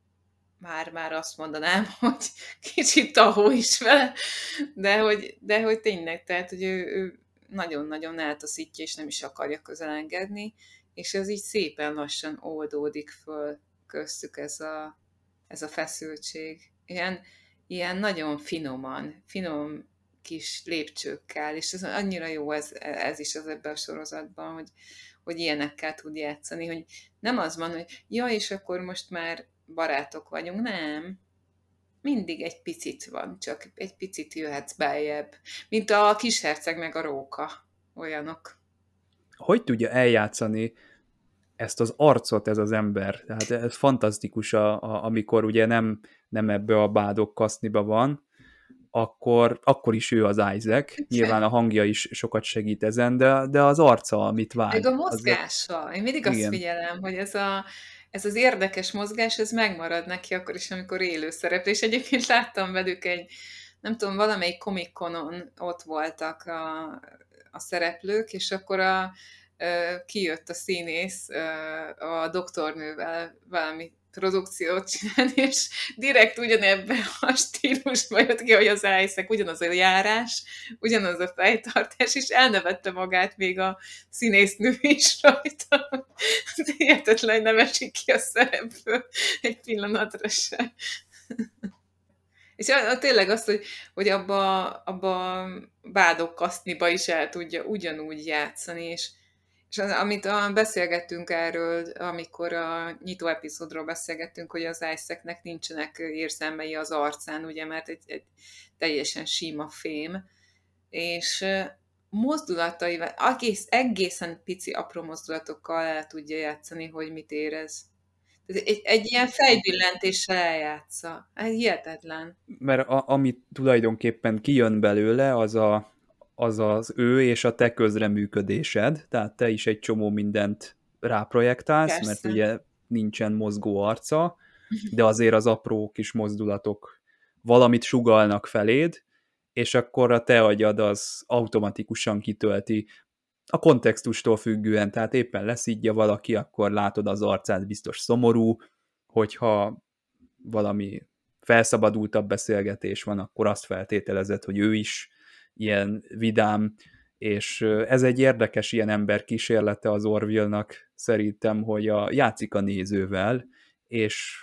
már azt mondanám, hogy kicsit tahó is vele, de hogy tényleg, tehát, hogy ő nagyon-nagyon eltaszítja, és nem is akarja közel engedni, és ez így szépen lassan oldódik föl köztük ez a feszültség. Ilyen nagyon finom kis lépcsőkkel, és ez annyira jó ez is az ebben a sorozatban, hogy ilyenekkel tud játszani, hogy nem az van, hogy ja, és akkor most már barátok vagyunk, nem. Mindig egy picit van, csak egy picit jöhetsz beljebb. Mint a kisherceg meg a róka. Olyanok. Hogy tudja eljátszani ezt az arcot ez az ember? Tehát ez fantasztikus, amikor ugye nem ebbe a bádok kaszniba van, akkor is ő az Isaac. Nyilván a hangja is sokat segít ezen, de az arca, amit Meg a vág, az mozgása. Én mindig azt igen. figyelem, hogy ez az érdekes mozgás, ez megmarad neki akkor is, amikor élő szereplő. És egyébként láttam velük nem tudom, valamelyik komikonon ott voltak a szereplők, és akkor kijött a színész a doktornővel valami produkciót csinálni, és direkt ugyanebben a stílusban jött ki, hogy az Isaac, ugyanaz a járás, ugyanaz a fejtartás, és elnevette magát még a színésznő is rajta. Hihetetlen, nem esik ki a szerepből egy pillanatra sem. És tényleg azt, hogy abba bádok kaszniba is el tudja ugyanúgy játszani, és amit beszélgettünk erről, amikor a nyitó epizódról beszélgettünk, hogy az Isaacnek nincsenek érzelmei az arcán, ugye, mert egy teljesen sima fém, és mozdulataival, egészen pici apró mozdulatokkal el tudja játszani, hogy mit érez. Egy ilyen fejbillentéssel eljátsza. Hihetetlen. Mert ami tulajdonképpen kijön belőle, az az ő és a te közreműködésed, tehát te is egy csomó mindent ráprojektálsz, mert Persze. ugye nincsen mozgó arca, de azért az apró kis mozdulatok valamit sugallnak feléd, és akkor a te agyad az automatikusan kitölti a kontextustól függően, tehát éppen leszidja valaki, akkor látod az arcát, biztos szomorú, hogyha valami felszabadultabb beszélgetés van, akkor azt feltételezed, hogy ő is ilyen vidám, és ez egy érdekes ilyen ember kísérlete az Orville-nak szerintem, hogy játszik a nézővel, és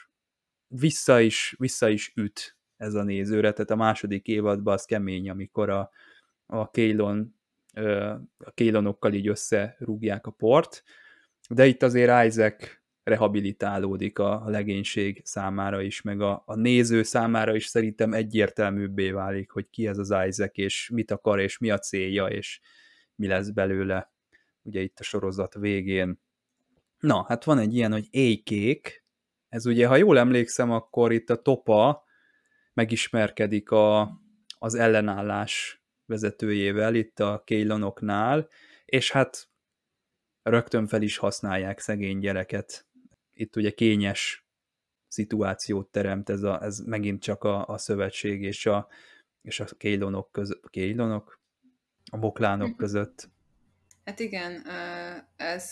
vissza is üt ez a nézőre, tehát a második évadban az kemény, amikor a a Kaylonokkal így összerúgják a port, de itt azért Isaac rehabilitálódik a legénység számára is, meg a néző számára is szerintem egyértelműbbé válik, hogy ki ez az Isaac, és mit akar, és mi a célja, és mi lesz belőle ugye itt a sorozat végén. Na, hát van egy ilyen, hogy éjkék, ez ugye, ha jól emlékszem, akkor itt a Topa megismerkedik az ellenállás vezetőjével itt a Kaylonoknál, és hát rögtön fel is használják szegény gyereket. Itt ugye kényes szituációt teremt ez megint csak a szövetség és a Kaylonok között. Kaylonok? A moklánok között. Hát igen, ez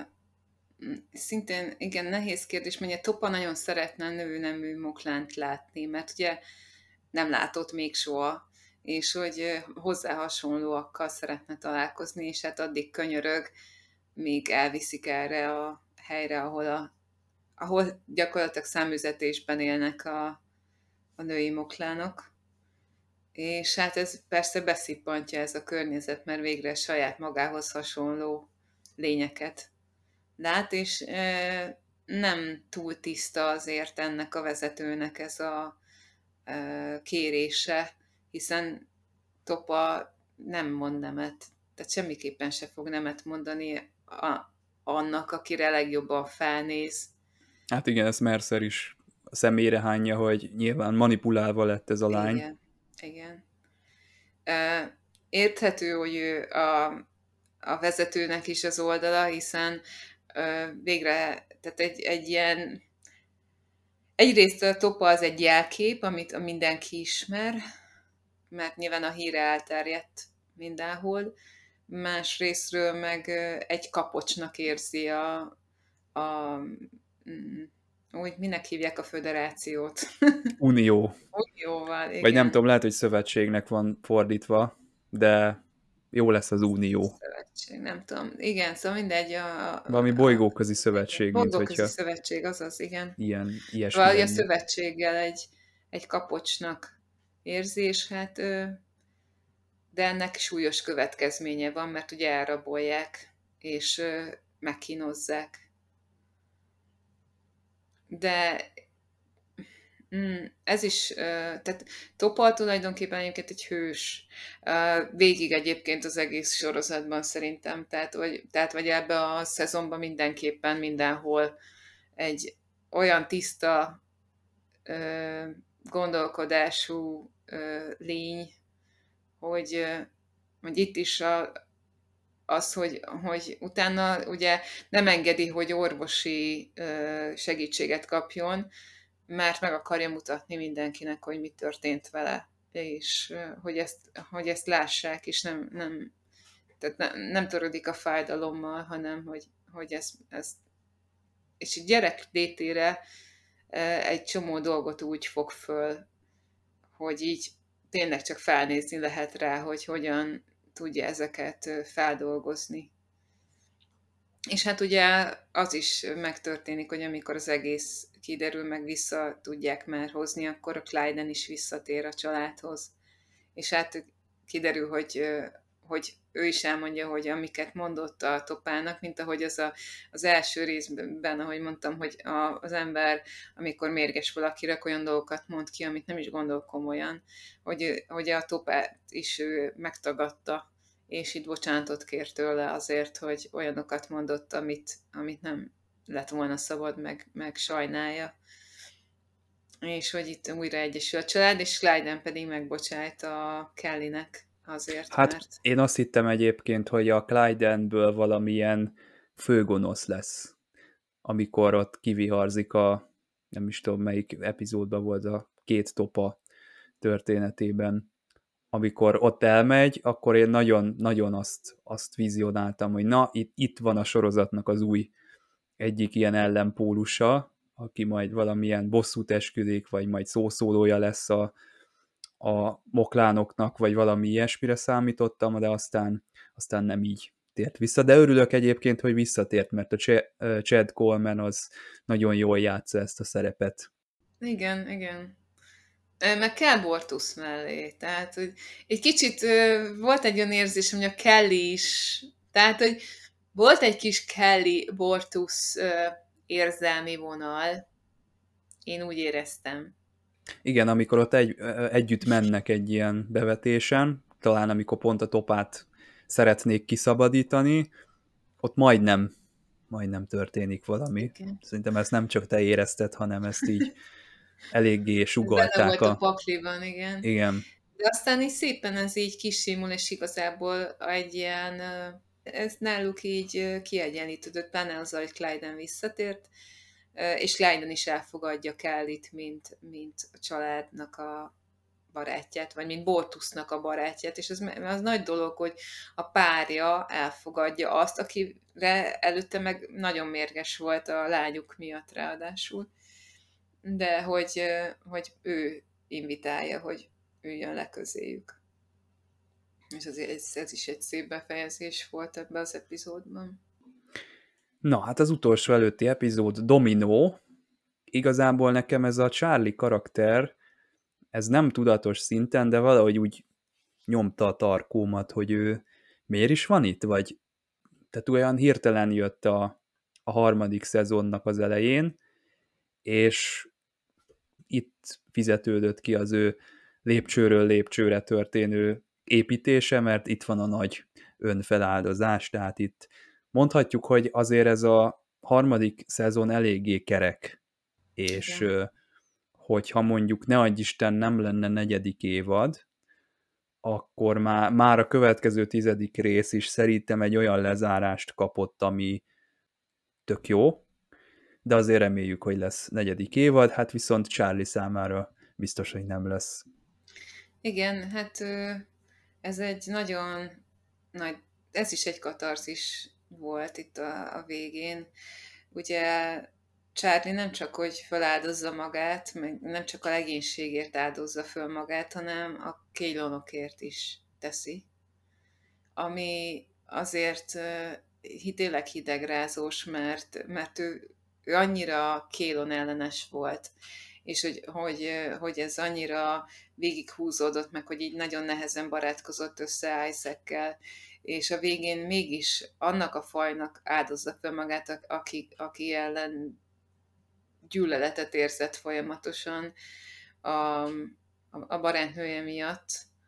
szintén igen nehéz kérdés, mert ugye Topa nagyon szeretne nő-nemű moklánt látni, mert ugye nem látott még soha, és hogy hozzá hasonlóakkal szeretne találkozni, és hát addig könyörög, míg elviszik erre a helyre, ahol gyakorlatilag számüzetésben élnek a női moklánok. És hát ez persze beszippantja ez a környezet, mert végre saját magához hasonló lényeket lát, és nem túl tiszta azért ennek a vezetőnek ez a kérése, hiszen Topa nem mond nemet tehát semmiképpen se fog nemet mondani annak, akire legjobban felnéz. Hát igen, ezt Mercer is a szemére hányja, hogy nyilván manipulálva lett ez a lány. Igen, igen. Érthető, hogy ő a vezetőnek is az oldala, hiszen végre, tehát egy ilyen, egyrészt a Topa az egy jelkép, amit mindenki ismer, mert nyilván a híre elterjedt mindenhol, másrésztről meg egy kapocsnak érzi a úgy minek hívják a föderációt? Unió. Unióval, Vagy nem igen. tudom, lehet, hogy szövetségnek van fordítva, de jó lesz az unió. Szövetség, nem tudom. Igen, szóval mindegy. Valami bolygóközi szövetség, mint Bolygóközi hogyha szövetség, azaz, igen. ilyesmi Szóval a lenne. szövetséggel egy kapocsnak érzi, és hát de ennek súlyos következménye van, mert ugye elrabolják, és megkínozzák. De ez is, tehát Topal tulajdonképpen egyébként egy hős. Végig egyébként az egész sorozatban szerintem, tehát vagy ebbe a szezonban mindenképpen mindenhol egy olyan tiszta gondolkodású lény, hogy itt is az, hogy utána ugye nem engedi, hogy orvosi segítséget kapjon, mert meg akarja mutatni mindenkinek, hogy mi történt vele, és hogy ezt lássák, és tehát nem törődik a fájdalommal, hanem hogy ez és egy gyerek létére egy csomó dolgot úgy fog föl, hogy így tényleg csak felnézni lehet rá, hogy hogyan tudja ezeket feldolgozni. És hát ugye az is megtörténik, hogy amikor az egész kiderül, meg vissza tudják már hozni, akkor a Clyden is visszatér a családhoz. És hát kiderül, hogy ő is elmondja, hogy amiket mondott a Topának, mint ahogy az első részben, ahogy mondtam, hogy az ember, amikor mérges valakire, olyan dolgokat mond ki, amit nem is gondol komolyan, hogy a Topát is ő megtagadta, és itt bocsánatot kér tőle azért, hogy olyanokat mondott, amit nem lett volna szabad, meg sajnálja. És hogy itt újra egyesül a család, és Clyden pedig megbocsájt a Kellynek azért, Hát mert én azt hittem egyébként, hogy a Clydenből valamilyen főgonosz lesz, amikor ott kiviharzik nem is tudom melyik epizódban volt a két Topa történetében. Amikor ott elmegy, akkor én nagyon azt vizionáltam, hogy na, itt van a sorozatnak az új egyik ilyen ellenpólusa, aki majd valamilyen bosszút esküdik, vagy majd szószólója lesz a moklánoknak, vagy valami ilyesmire számítottam, de aztán nem így tért vissza. De örülök egyébként, hogy visszatért, mert a Chad Coleman az nagyon jól játsza ezt a szerepet. igen, igen. Meg kell Bortus mellé, tehát hogy egy kicsit volt egy olyan érzésem, hogy a Kelly is, tehát hogy volt egy kis Kelly Bortus érzelmi vonal, én úgy éreztem. Igen, amikor ott együtt mennek egy ilyen bevetésen, talán amikor pont a Topát szeretnék kiszabadítani, ott majdnem történik valami. Igen. Szerintem ezt nem csak te érezted, hanem ezt így eléggé Ez benne sugallták volt a pakliban, igen. Igen. De aztán így szépen ez így kisimul, és igazából egy ilyen, ez náluk így kiegyenlítődött, pláne azzal, hogy Clyden visszatért, és Clyden is elfogadja Kellyt, mint a családnak a barátját, vagy mint Bortusnak a barátját, és az nagy dolog, hogy a párja elfogadja azt, akire előtte meg nagyon mérges volt a lányuk miatt ráadásul, de hogy ő invitálja, hogy üljön le közéjük. És azért ez is egy szép befejezés volt ebben az epizódban. Na, hát az utolsó előtti epizód Domino. Igazából nekem ez a Charlie karakter, ez nem tudatos szinten, de valahogy úgy nyomta a tarkómat, hogy ő miért is van itt, vagy tehát olyan hirtelen jött a harmadik szezonnak az elején, és itt fizetődött ki az ő lépcsőről lépcsőre történő építése, mert itt van a nagy önfeláldozás, tehát itt mondhatjuk, hogy azért ez a harmadik szezon eléggé kerek, és Igen. hogyha mondjuk ne adj Isten nem lenne negyedik évad, akkor már a következő 10. rész is szerintem egy olyan lezárást kapott, ami tök jó, de azért reméljük, hogy lesz negyedik évad, hát viszont Charlie számára biztos, hogy nem lesz. Igen, hát ez egy nagyon nagy, ez is egy katarzis volt itt a végén. Ugye Charlie nem csak, hogy feláldozza magát, meg nem csak a legénységért áldozza föl magát, hanem a Kaylonokért is teszi. Ami azért tényleg hidegrázós, mert ő annyira Kaylon ellenes volt, és hogy ez annyira végighúzódott meg, hogy így nagyon nehezen barátkozott össze Isaackel, és a végén mégis annak a fajnak áldozza fel magát, aki ellen gyűlöletet érzett folyamatosan a barátnője miatt,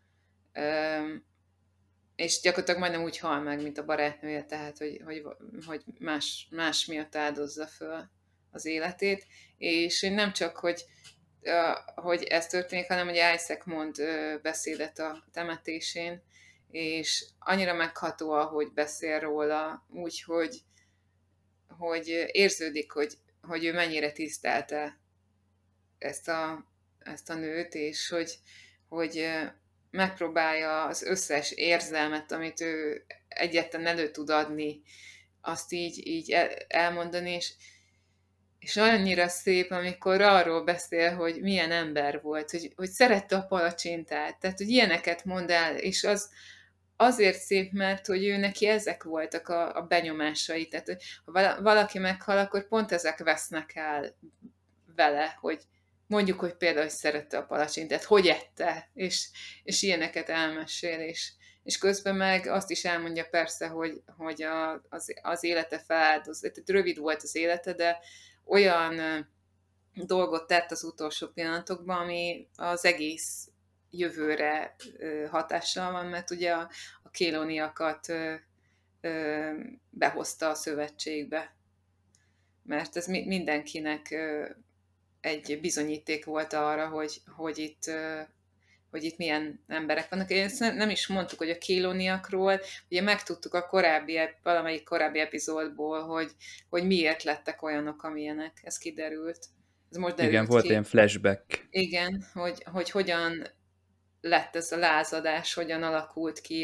és gyakorlatilag majdnem úgy hal meg, mint a barátnője, tehát hogy más miatt áldozza föl az életét, és nem csak, hogy ez történik, hanem hogy Isaac mond beszédet a temetésén, és annyira megható, ahogy beszél róla, úgyhogy hogy érződik, hogy ő mennyire tisztelte ezt a nőt, és hogy megpróbálja az összes érzelmet, amit ő egyáltalán elő tud adni, azt így elmondani, és annyira szép, amikor arról beszél, hogy milyen ember volt, hogy szerette a palacsintát, tehát hogy ilyeneket mond el, és az azért szép, mert hogy ő neki ezek voltak a benyomásai, tehát hogy ha valaki meghal, akkor pont ezek vesznek el vele, hogy mondjuk, hogy például, hogy szerette a palacsintát, hogy ette, és ilyeneket elmesél, és közben meg azt is elmondja persze, hogy az élete feláldozott, tehát rövid volt az élete, de olyan dolgot tett az utolsó pillanatokban, ami az egész jövőre hatással van, mert ugye a kéloniakat behozta a szövetségbe. Mert ez mindenkinek egy bizonyíték volt arra, hogy itt milyen emberek vannak. Én ezt nem is mondtuk, hogy a kéloniakról, ugye megtudtuk valamelyik korábbi epizódból, hogy miért lettek olyanok, amilyenek. Ez kiderült. Ez most Igen, derült volt ki. ilyen flashback. Igen, hogy hogyan lett ez a lázadás, hogyan alakult ki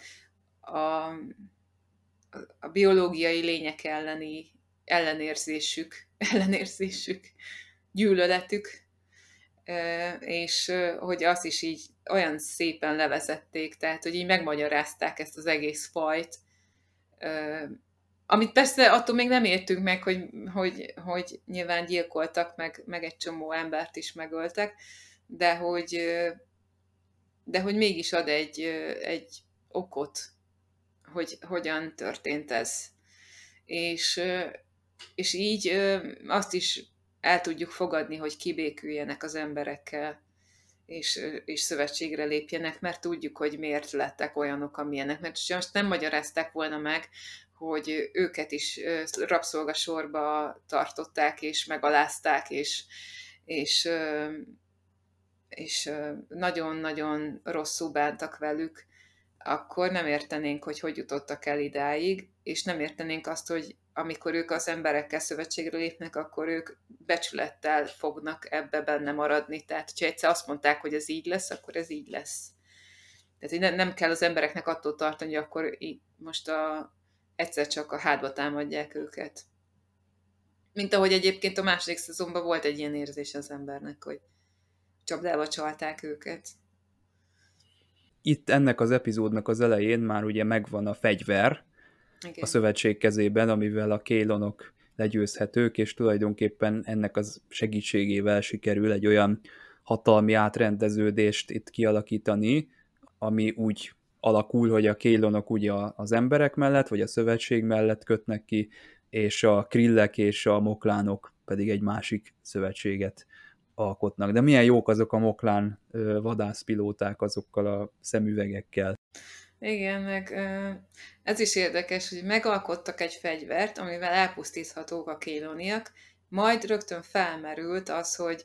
a biológiai lények elleni ellenérzésük, gyűlöletük, és hogy azt is így olyan szépen levezették, tehát hogy így megmagyarázták ezt az egész fajt, amit persze attól még nem értünk meg, hogy nyilván gyilkoltak, meg egy csomó embert is megöltek, de hogy mégis ad egy okot, hogy hogyan történt ez. És így azt is el tudjuk fogadni, hogy kibéküljenek az emberekkel, és szövetségre lépjenek, mert tudjuk, hogy miért lettek olyanok, amilyenek. Mert most nem magyarázták volna meg, hogy őket is rabszolgasorba tartották, és megalázták, és nagyon-nagyon rosszul bántak velük, akkor nem értenénk, hogy jutottak el idáig, és nem értenénk azt, hogy amikor ők az emberekkel szövetségre lépnek, akkor ők becsülettel fognak ebbe benne maradni. Tehát, hogyha egyszer azt mondták, hogy ez így lesz, akkor ez így lesz. Tehát, hogy nem kell az embereknek attól tartani, hogy akkor most egyszer csak a hátba támadják őket. Mint ahogy egyébként a második szezonban volt egy ilyen érzés az embernek, hogy csapdába csalták őket. Itt ennek az epizódnak az elején már ugye megvan a fegyver, Igen. a szövetség kezében, amivel a kélonok legyőzhetők, és tulajdonképpen ennek az segítségével sikerül egy olyan hatalmi átrendeződést itt kialakítani, ami úgy alakul, hogy a kélonok ugye az emberek mellett, vagy a szövetség mellett kötnek ki, és a krillek és a moklánok pedig egy másik szövetséget alkotnak. De milyen jók azok a Moklán vadászpilóták azokkal a szemüvegekkel. Igen, meg ez is érdekes, hogy megalkottak egy fegyvert, amivel elpusztíthatók a kéloniak, majd rögtön felmerült az, hogy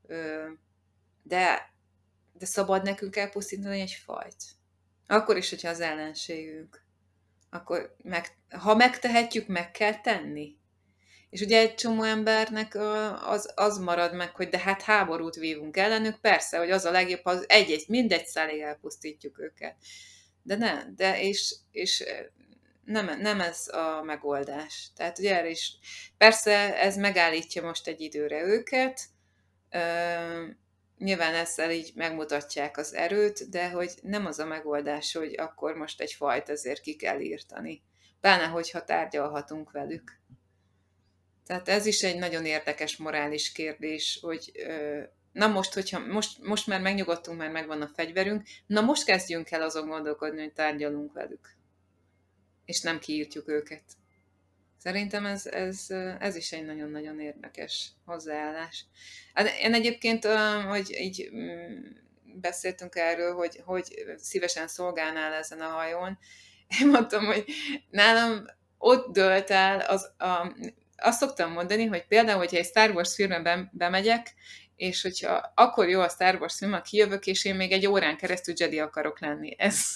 de, de szabad nekünk elpusztítani egy fajt. Akkor is, hogyha az ellenségünk. Akkor ha megtehetjük, meg kell tenni. És ugye egy csomó embernek az marad meg, hogy de hát háborút vívunk ellenük, persze, hogy az a legjobb, ha mindegy szálig elpusztítjuk őket. De nem, és nem ez a megoldás. Tehát ugye erre is, persze ez megállítja most egy időre őket, nyilván ezzel így megmutatják az erőt, de hogy nem az a megoldás, hogy akkor most egy fajt ezért ki kell írtani. Pláne, hogyha tárgyalhatunk velük. Tehát ez is egy nagyon érdekes morális kérdés, hogy na most, hogyha most már megnyugodtunk, már megvan a fegyverünk, na most kezdjünk el azon gondolkodni, hogy tárgyalunk velük. És nem kiírtjuk őket. Szerintem ez is egy nagyon-nagyon érdekes hozzáállás. Én egyébként, hogy így beszéltünk erről, hogy szívesen szolgálnál ezen a hajón, én mondtam, hogy nálam ott dölt el azt szoktam mondani, hogy például, hogyha egy Star Wars filmben bemegyek, és hogyha akkor jó a Star Wars film, ha kijövök, és én még egy órán keresztül Jedi akarok lenni.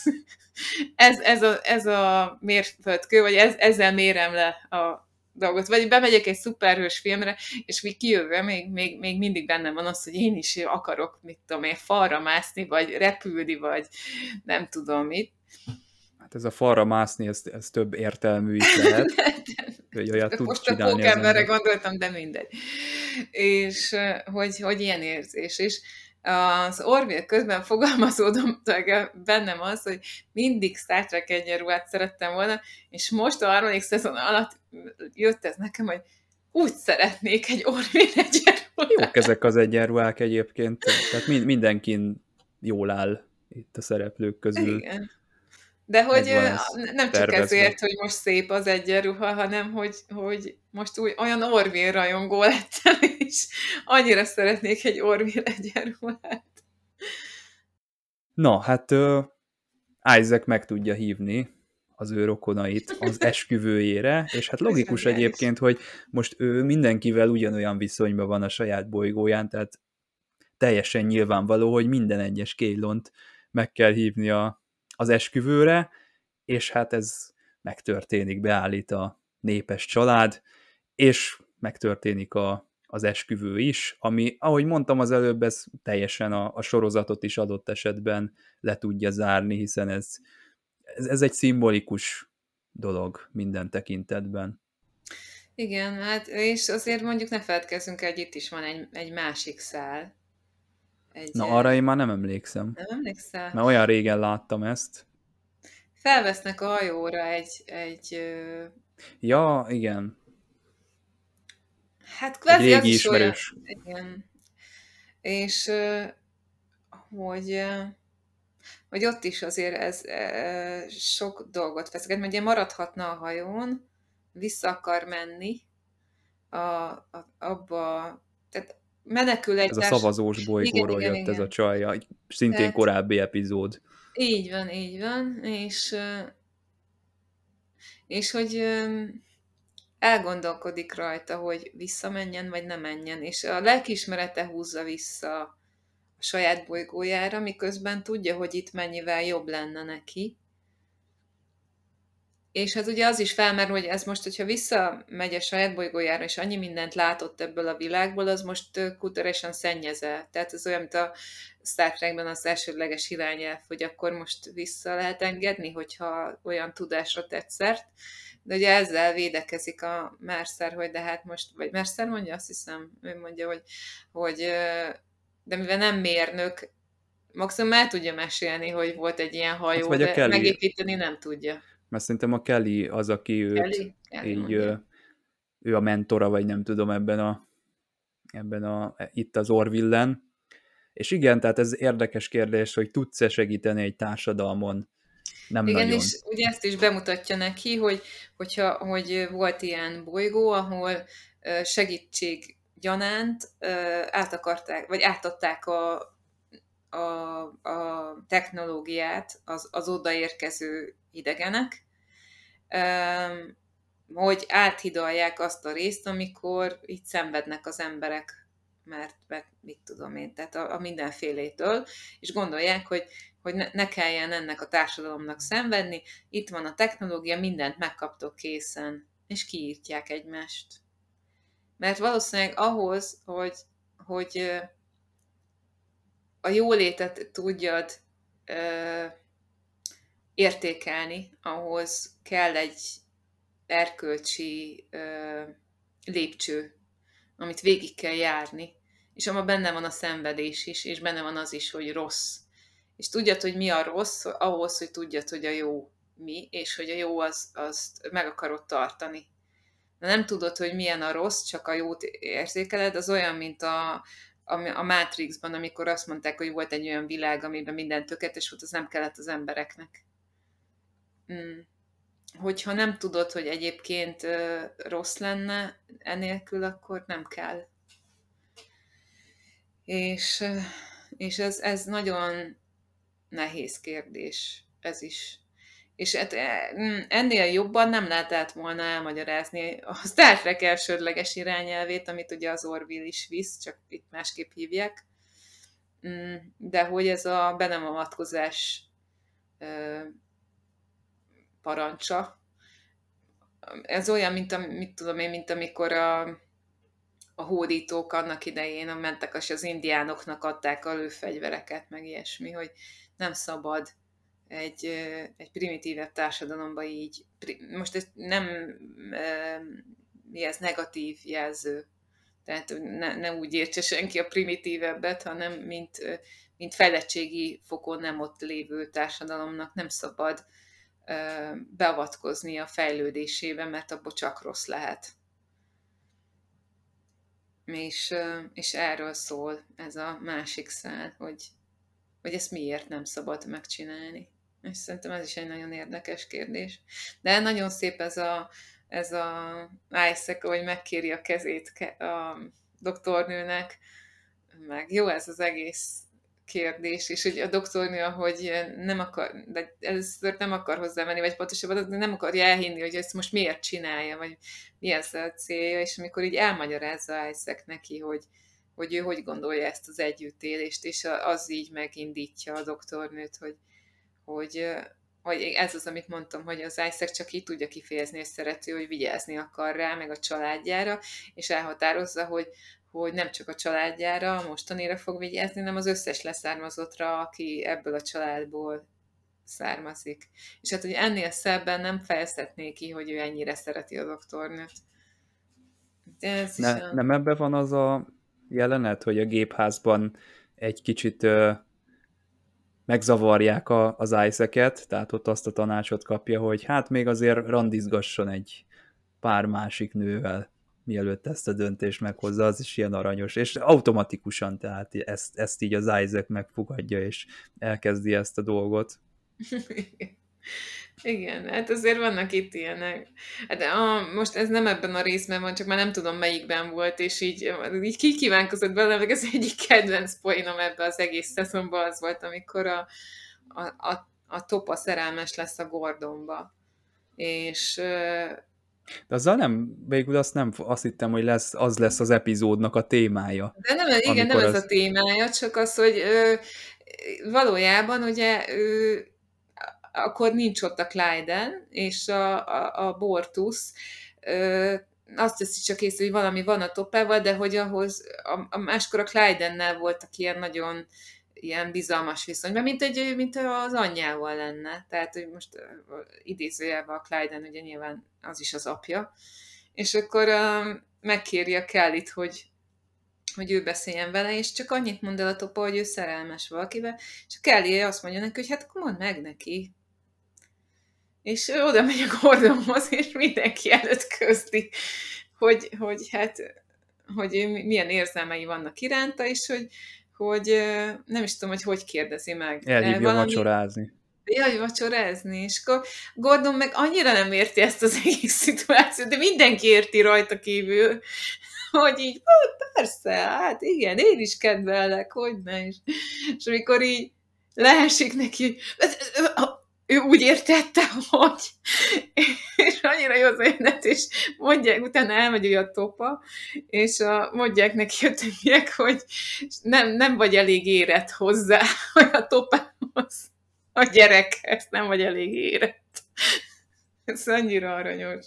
Ez a mérföldkő, vagy ezzel mérem le a dolgot. Vagy bemegyek egy szuperhős filmre, és még kijövve még mindig bennem van az, hogy én is akarok, mit tudom én, falra mászni, vagy repülni, vagy nem tudom mit. Hát ez a falra mászni, ez több értelmű is lehet. Hogy olyat tud most a csinálni pókemberre gondoltam, de mindegy. És hogy ilyen érzés. És az Orville közben fogalmazódom bennem az, hogy mindig Star Trek egyenruhát szerettem volna, és most a 3. szezon alatt jött ez nekem, hogy úgy szeretnék egy Orville egyenruhát. Jók ezek az egyenruhák egyébként, tehát mindenkin jól áll itt a szereplők közül. Igen. De hogy nem csak tervezve. ezért, hogy most szép az egyenruha, hanem hogy most olyan Orville rajongó lettem, és annyira szeretnék egy Orville egyenruhát. Na, hát Isaac meg tudja hívni az ő rokonait az esküvőjére, és hát logikus egyébként, hogy most ő mindenkivel ugyanolyan viszonyban van a saját bolygóján, tehát teljesen nyilvánvaló, hogy minden egyes Kaylont meg kell hívni az esküvőre, és hát ez megtörténik, beállít a népes család, és megtörténik az esküvő is, ami, ahogy mondtam az előbb, ez teljesen a sorozatot is adott esetben le tudja zárni, hiszen ez egy szimbolikus dolog minden tekintetben. Igen, hát és azért mondjuk ne feledkezzünk el, hogy itt is van egy másik szál. Na, arra én már nem emlékszem. Nem emlékszel? Mert olyan régen láttam ezt. Felvesznek a hajóra Ja, igen. Hát kvázi régi az is ismerős. olyan. Igen. És hogy ott is azért ez sok dolgot feszeget, mert ugye maradhatna a hajón, vissza akar menni abba, tehát menekül egy Ez a szavazós bolygóról igen, jött ez a csaj, szintén tehát, korábbi epizód. Így van, és hogy elgondolkodik rajta, hogy visszamenjen, vagy nem menjen, és a lelkiismerete húzza vissza a saját bolygójára, miközben tudja, hogy itt mennyivel jobb lenne neki. És hát ugye az is felmerül, hogy ez most, hogyha visszamegy a saját bolygójára, és annyi mindent látott ebből a világból, az most kulturálisan szennyeze. Tehát ez olyan, mint a Star Trekben az elsődleges irányelv, hogy akkor most vissza lehet engedni, hogyha olyan tudásra tett szert. De ugye ezzel védekezik a Mercer, hogy de hát most, vagy Mercer mondja, azt hiszem, ő mondja, hogy de mivel nem mérnök, maximum el tudja mesélni, hogy volt egy ilyen hajó, hát, de megépíteni nem tudja. Mert szerintem a Kelly az, aki őt így, ő a mentora, vagy nem tudom ebben itt az Orville-en. És igen, tehát ez érdekes kérdés, hogy tudsz-e segíteni egy társadalmon? Nem igen, nagyon. És ugye ezt is bemutatja neki, hogy volt ilyen bolygó, ahol segítség gyanánt átadták a technológiát az odaérkező idegenek, hogy áthidalják azt a részt, amikor itt szenvednek az emberek, mert mit tudom én, tehát a mindenfélétől, és gondolják, hogy ne kelljen ennek a társadalomnak szenvedni, itt van a technológia, mindent megkaptok készen, és kiírtják egymást. Mert valószínűleg ahhoz, hogy a jólétet tudjad értékelni, ahhoz kell egy erkölcsi lépcső, amit végig kell járni, és abban benne van a szenvedés is, és benne van az is, hogy rossz. És tudjad, hogy mi a rossz, ahhoz, hogy tudjad, hogy a jó mi, és hogy a jó azt meg akarod tartani. De nem tudod, hogy milyen a rossz, csak a jót érzékeled, az olyan, mint a Matrixban, amikor azt mondták, hogy volt egy olyan világ, amiben minden tökéletes volt, az nem kellett az embereknek. Hogyha nem tudod, hogy egyébként rossz lenne enélkül, akkor nem kell. És ez nagyon nehéz kérdés, ez is. És ennél jobban nem lehetett volna elmagyarázni a Star Trek elsődleges irányelvét, amit ugye az Orville is visz, csak itt másképp hívják. De hogy ez a be nem avatkozás parancsa, ez olyan, mint amikor a hódítók annak idején mentek, és az indiánoknak adták a lőfegyvereket, meg ilyesmi, hogy nem szabad egy primitívebb társadalomba így, most ez nem ez negatív jelző, tehát ne úgy értse senki a primitívebbet, hanem mint fejlettségi fokon nem ott lévő társadalomnak nem szabad beavatkozni a fejlődésébe, mert abból csak rossz lehet. És erről szól ez a másik szál, hogy ezt miért nem szabad megcsinálni. És szerintem ez is egy nagyon érdekes kérdés. De nagyon szép ez a Isaac, hogy megkéri a kezét a doktornőnek, meg jó ez az egész kérdés, és hogy a doktornő, ahogy nem akar, de először nem akar hozzámenni, vagy pontosabban nem akarja elhinni, hogy ezt most miért csinálja, vagy mi ez a célja, és amikor így elmagyarázza Isaac neki, hogy ő hogy gondolja ezt az együttélést, és az így megindítja a doktornőt, hogy ez az, amit mondtam, hogy az Isaac csak így tudja kifejezni, hogy szerető, hogy vigyázni akar rá, meg a családjára, és elhatározza, hogy nem csak a családjára, a mostanére fog vigyázni, hanem az összes leszármazottra, aki ebből a családból származik. És hát, hogy ennél szebben nem fejezhetné ki, hogy ő ennyire szereti a doktornőt. Nem ebben van az a jelenet, hogy a gépházban egy kicsit megzavarják az Isaac-et, tehát ott azt a tanácsot kapja, hogy hát még azért randizgasson egy pár másik nővel, mielőtt ezt a döntést meghozza, az is ilyen aranyos, és automatikusan, tehát ezt így az Isaac megfogadja, és elkezdi ezt a dolgot. Igen, hát azért vannak itt ilyenek. De most ez nem ebben a részben van, csak már nem tudom melyikben volt, és így kikívánkozott belőle, meg ez egyik kedvenc poénom ebben az egész szezonban az volt, amikor a Topa szerelmes lesz a Gordonba. És... De azzal nem, végül azt hittem, hogy az lesz az epizódnak a témája. De nem ez a témája, csak az, hogy valójában ugye akkor nincs ott a Clyden, és a Bortus azt teszi csak észre, hogy valami van a Topával, de hogy ahhoz, máskor a Clydennel voltak ilyen nagyon ilyen bizalmas viszonyban, mint az anyjával lenne. Tehát, hogy most idézőjelben a Clyden, ugye nyilván az is az apja. És akkor megkéri a Kellyt, hogy ő beszéljen vele, és csak annyit mond el a Topa, hogy ő szerelmes valakivel, és a Kelly azt mondja neki, hogy hát akkor mondd meg neki. És ő oda megy a Gordonhoz, és mindenki előtt közli, hogy milyen érzelmei vannak iránta, és hogy nem is tudom, hogy kérdezi meg. Elhívja vacsorázni. Jaj, vacsorázni, és akkor Gordon meg annyira nem érti ezt az egész szituációt, de mindenki érti rajta kívül, hogy így, persze, hát igen, én is kedvellek, hogyne is. És amikor így leesik neki, ő úgy értette, hogy és annyira jó az élet, és mondják, utána elmegy a topa, és mondják neki a többiek, hogy nem vagy elég érett hozzá, hogy a topához a gyerekhez nem vagy elég érett. Ez annyira aranyos.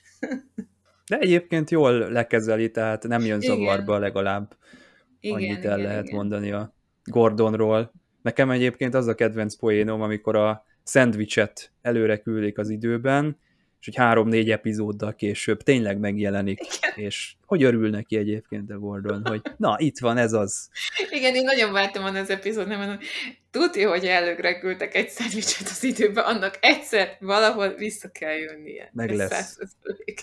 De egyébként jól lekezeli, tehát nem jön zavarba, Igen, legalább igen, annyit el igen, lehet igen. mondani a Gordonról. Nekem egyébként az a kedvenc poénom, amikor a szendvicset előre küldik az időben, és hogy 3-4 epizóddal később tényleg megjelenik, és hogy örül neki egyébként a Gordon, hogy na, itt van, ez az. Igen, én nagyon vártam volna az epizód, nem mondom, tudja, hogy előre küldtek egy szendvicset az időbe, annak egyszer valahol vissza kell jönnie. Meg Ez lesz. 100%.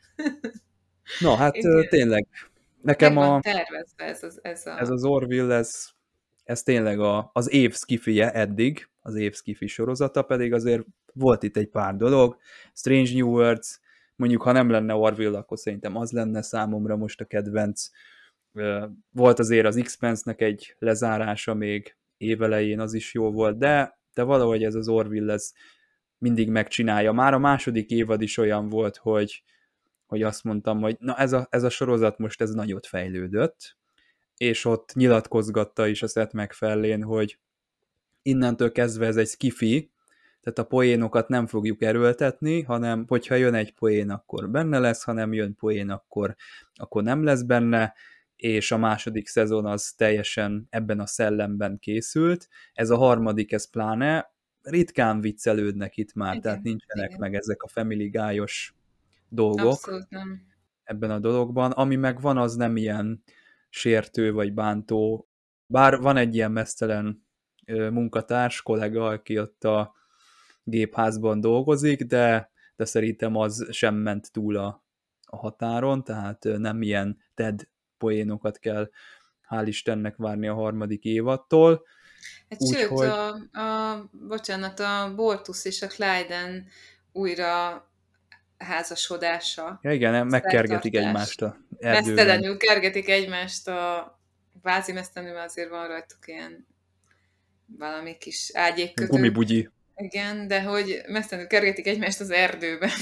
Na, hát Igen, tényleg, nekem meg van tervezve ez az Orville, ez tényleg az év skifije eddig, az év skifi sorozata, pedig azért volt itt egy pár dolog. Strange New Worlds, mondjuk ha nem lenne Orville, akkor szerintem az lenne számomra most a kedvenc. Volt azért az Expanse-nek egy lezárása még évelején, az is jó volt, de valahogy ez az Orville, ez mindig megcsinálja. Már a második évad is olyan volt, hogy azt mondtam, hogy na ez a sorozat most ez nagyot fejlődött, és ott nyilatkozgatta is a Seth MacFarlane, hogy innentől kezdve ez egy skifi, tehát a poénokat nem fogjuk erőltetni, hanem hogyha jön egy poén, akkor benne lesz, ha nem jön poén, akkor nem lesz benne, és a második szezon az teljesen ebben a szellemben készült. Ez a harmadik, ez pláne, ritkán viccelődnek itt már, tehát igen, nincsenek igen. meg ezek a Family Guy-os dolgok Abszolút nem. ebben a dologban. Ami meg van, az nem ilyen sértő vagy bántó. Bár van egy ilyen meztelen munkatárs, kollega, aki ott a gépházban dolgozik, de szerintem az sem ment túl a határon, tehát nem ilyen TED poénokat kell hál' Istennek várni a harmadik évadtól. Hát sőt, Úgyhogy bocsánat, a Bortus és a Clyden újra házasodása, ja igen, megkergetik szertartás. egymást a erdőben. Mesztelenül kergetik egymást vázi mesztelenül, azért van rajtuk ilyen valami kis ágyékkötő. Gumibugyi. Igen, de hogy mesztelenül kergetik egymást az erdőben.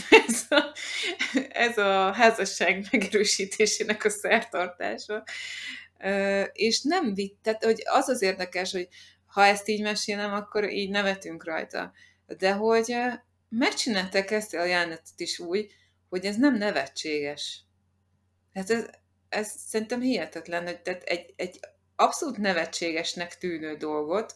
Ez a házasság megerősítésének a szertartása. És nem vitt, tehát hogy az érdekes, hogy ha ezt így mesélem, akkor így nevetünk rajta. De hogy megcsinálták ezt a jelenetet is úgy, hogy ez nem nevetséges. Hát ez szerintem hihetetlen, hogy tehát egy abszolút nevetségesnek tűnő dolgot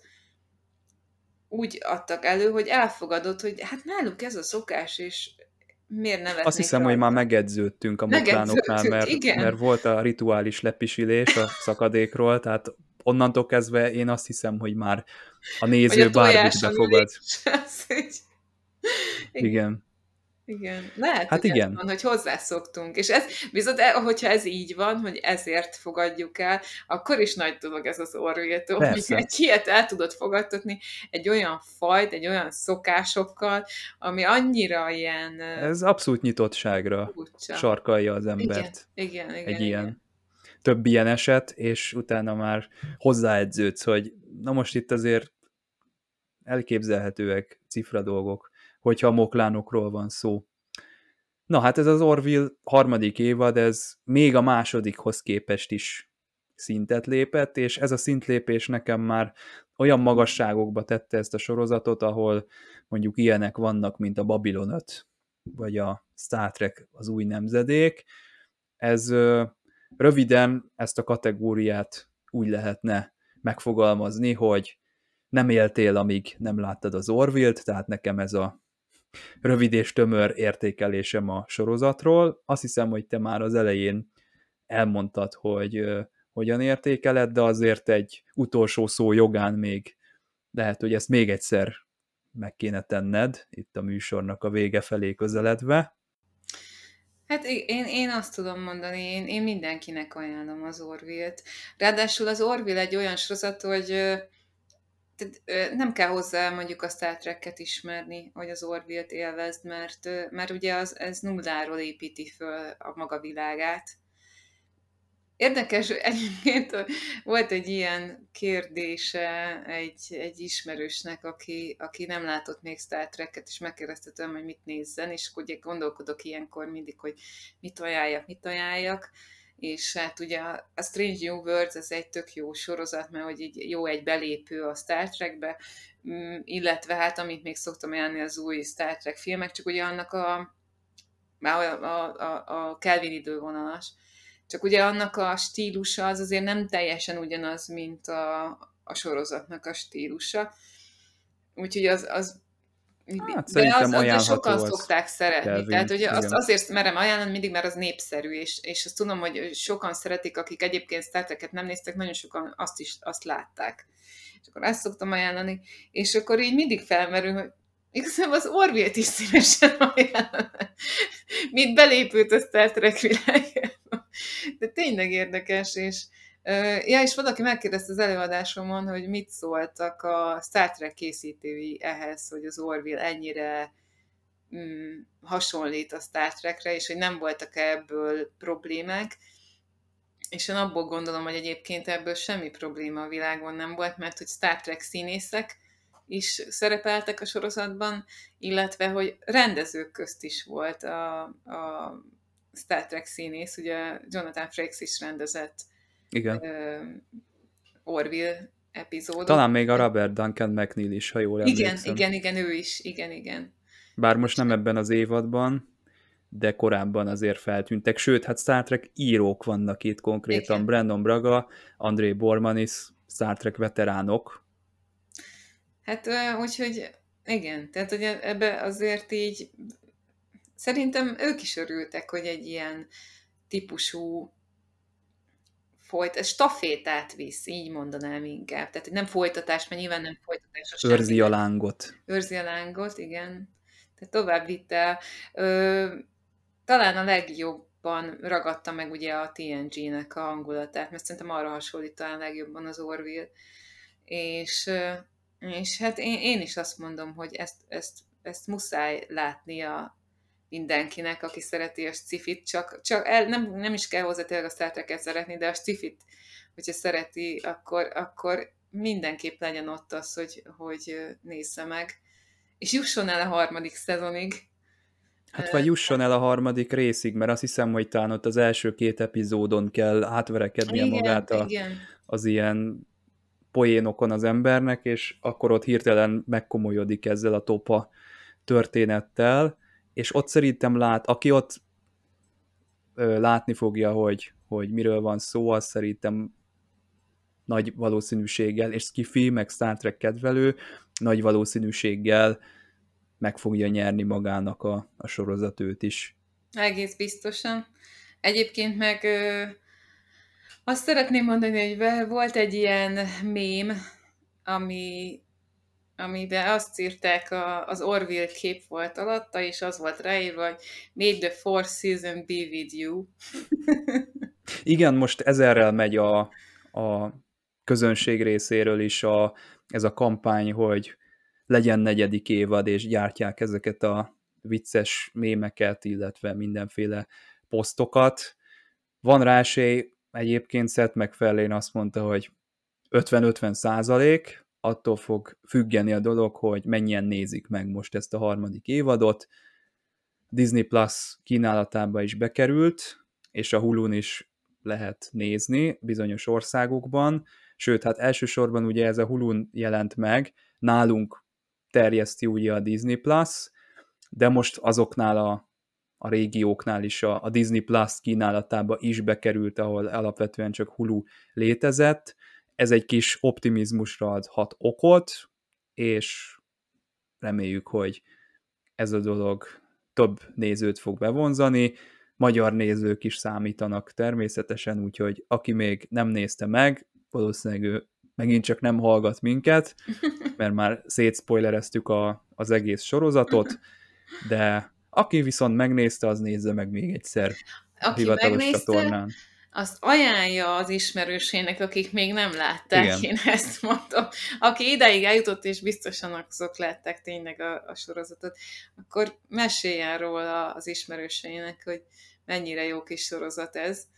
úgy adtak elő, hogy elfogadod, hogy hát náluk ez a szokás, és miért Azt nevetnék hiszem, hogy már rajta. megedződtünk a moklánoknál, Megedződtünk, mert igen. volt a rituális lepisilés a szakadékról, tehát onnantól kezdve én azt hiszem, hogy már a Vagy a néző bármit tojáson befogad. ülés. Az így- Igen. Igen. Igen, lehet, Hát hogy ez igen. van, hogy hozzászoktunk, és ez, viszont hogyha ez így van, hogy ezért fogadjuk el, akkor is nagy dolog ez az Orville-tól, hogy Persze. egy ilyet el tudod fogadtatni, egy olyan fajt, egy olyan szokásokkal, ami annyira ilyen Ez abszolút nyitottságra furcsa. sarkalja az Igen, embert. igen, Egy igen, igen. ilyen, több ilyen eset, és utána már hozzáedződsz, hogy na most itt azért elképzelhetőek cifra dolgok, hogyha a moklánokról van szó. Na hát ez az Orville harmadik évad, ez még a másodikhoz képest is szintet lépett, és ez a szintlépés nekem már olyan magasságokba tette ezt a sorozatot, ahol mondjuk ilyenek vannak, mint a Babylon 5, vagy a Star Trek az új nemzedék. Ez röviden ezt a kategóriát úgy lehetne megfogalmazni, hogy nem éltél, amíg nem láttad az Orville-t, tehát nekem ez a rövid és tömör értékelésem a sorozatról. Azt hiszem, hogy te már az elején elmondtad, hogy hogyan értékeled, de azért egy utolsó szó jogán még lehet, hogy ezt még egyszer meg kéne tenned, itt a műsornak a vége felé közeledve. Hát én azt tudom mondani, én mindenkinek ajánlom az Orville-t. Ráadásul az Orville egy olyan sorozat, hogy nem kell hozzá mondjuk a Star Trek-et ismerni, hogy az Orville-t élvezd, mert ugye ez nulláról építi föl a maga világát. Érdekes, egyébként volt egy ilyen kérdése egy ismerősnek, aki nem látott még Star Trek-et, és megkérdezte tőlem, hogy mit nézzen, és akkor ugye gondolkodok ilyenkor mindig, hogy mit ajánljak, és hát ugye a Strange New Worlds ez egy tök jó sorozat, mert hogy így jó egy belépő a Star Trekbe, illetve hát amit még szoktam ajánlani az új Star Trek filmek, csak ugye annak a Kelvin idővonalas, csak ugye annak a stílusa az azért nem teljesen ugyanaz, mint a sorozatnak a stílusa. Úgyhogy Hát de szerintem de sokan ajánlható az szokták szeretni. Tehát Kelvin, ugye azt igen. azért merem ajánlani mindig, mert az népszerű, és azt tudom, hogy sokan szeretik, akik egyébként Star Trek-et nem néztek, nagyon sokan azt látták. És akkor ezt szoktam ajánlani, és akkor így mindig felmerül, hogy igazából az Orville-t is szívesen ajánlani, mint belépőt a Star Trek világába. De tényleg érdekes, és valaki megkérdezte az előadásomon, hogy mit szóltak a Star Trek készítői ehhez, hogy az Orville ennyire hasonlít a Star Trekre, és hogy nem voltak ebből problémák. És én abból gondolom, hogy egyébként ebből semmi probléma a világon nem volt, mert hogy Star Trek színészek is szerepeltek a sorozatban, illetve hogy rendezők közt is volt a Star Trek színész, ugye Jonathan Frakes is rendezett Igen. Orville epizódot. Talán még a Robert Duncan McNeil is, ha jól Igen, emlékszem. igen, igen, ő is, igen. Bár most nem ebben az évadban, de korábban azért feltűntek. Sőt, hát Star Trek írók vannak itt konkrétan. Igen. Brandon Braga, André Bormanis, Star Trek veteránok. Hát úgyhogy igen, tehát hogy ebbe azért így szerintem ők is örültek, hogy egy ilyen típusú stafétát visz, így mondanám inkább. Tehát, hogy nem folytatás, mert nyilván nem folytatás a Őrzi a semminek. lángot. Őrzi a lángot, igen. Tehát tovább vitte. Talán a legjobban ragadta meg ugye a TNG-nek a hangulatát, mert szerintem arra hasonlít talán legjobban az Orville. És hát én is azt mondom, hogy ezt muszáj látnia mindenkinek, aki szereti a sci-fit, nem is kell hozzá tényleg a Star Trek-et szeretni, de a sci-fit, hogyha szereti, akkor mindenképp legyen ott az, hogy nézze meg. És jusson el a 3. szezonig. Hát vagy jusson el a 3. részig, mert azt hiszem, hogy talán ott az első 2 epizódon kell átverekednie Igen, magát igen. az ilyen poénokon az embernek, és akkor ott hirtelen megkomolyodik ezzel a topa történettel, és ott szerintem aki ott látni fogja, hogy miről van szó, az szerintem nagy valószínűséggel, és sci-fi, meg Star Trek kedvelő, nagy valószínűséggel meg fogja nyerni magának a sorozat őt is. Egész biztosan. Egyébként meg azt szeretném mondani, hogy volt egy ilyen mém, amiben azt írták, az Orville kép volt alatta, és az volt ráírva, hogy May the fourth season be with you. Igen, most ezerrel megy a közönség részéről is ez a kampány, hogy legyen 4. évad, és gyártják ezeket a vicces mémeket, illetve mindenféle posztokat. Van rá esély, egyébként Seth MacFarlane azt mondta, hogy 50-50%, attól fog függeni a dolog, hogy mennyien nézik meg most ezt a 3. évadot. Disney Plus kínálatába is bekerült, és a Hulun is lehet nézni bizonyos országokban, sőt, hát elsősorban ugye ez a Hulun jelent meg, nálunk terjeszti ugye a Disney Plus, de most azoknál a régióknál is a Disney Plus kínálatába is bekerült, ahol alapvetően csak Hulu létezett. Ez egy kis optimizmusra adhat okot, és reméljük, hogy ez a dolog több nézőt fog bevonzani, magyar nézők is számítanak természetesen, úgyhogy aki még nem nézte meg, valószínűleg ő megint csak nem hallgat minket, mert már szétszpoilereztük az egész sorozatot, de aki viszont megnézte, az nézze meg még egyszer a Aki hivatalos megnézte, csatornán. azt ajánlja az ismerősének, akik még nem látták, Igen. én ezt mondom. Aki ideig eljutott, és biztosan azok látták tényleg a sorozatot, akkor meséljen róla az ismerőseinek, hogy mennyire jó kis sorozat ez,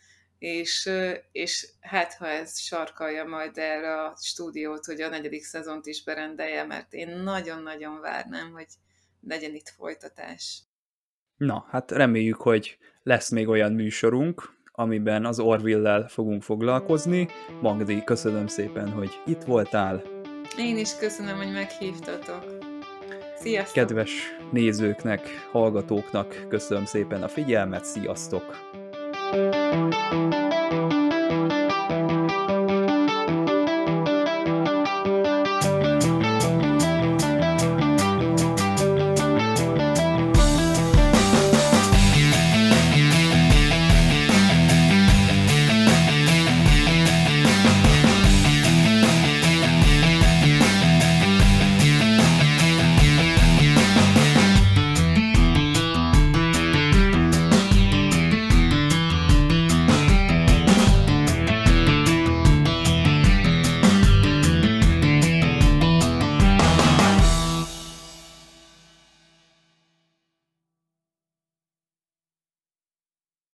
és hát ha ez sarkalja majd erre a stúdiót, hogy a 4. szezont is berendelje, mert én nagyon-nagyon várnám, hogy legyen itt folytatás. Na, hát reméljük, hogy lesz még olyan műsorunk, amiben az Orville-lel fogunk foglalkozni. Magdi, köszönöm szépen, hogy itt voltál. Én is köszönöm, hogy meghívtatok. Sziasztok! Kedves nézőknek, hallgatóknak köszönöm szépen a figyelmet, sziasztok!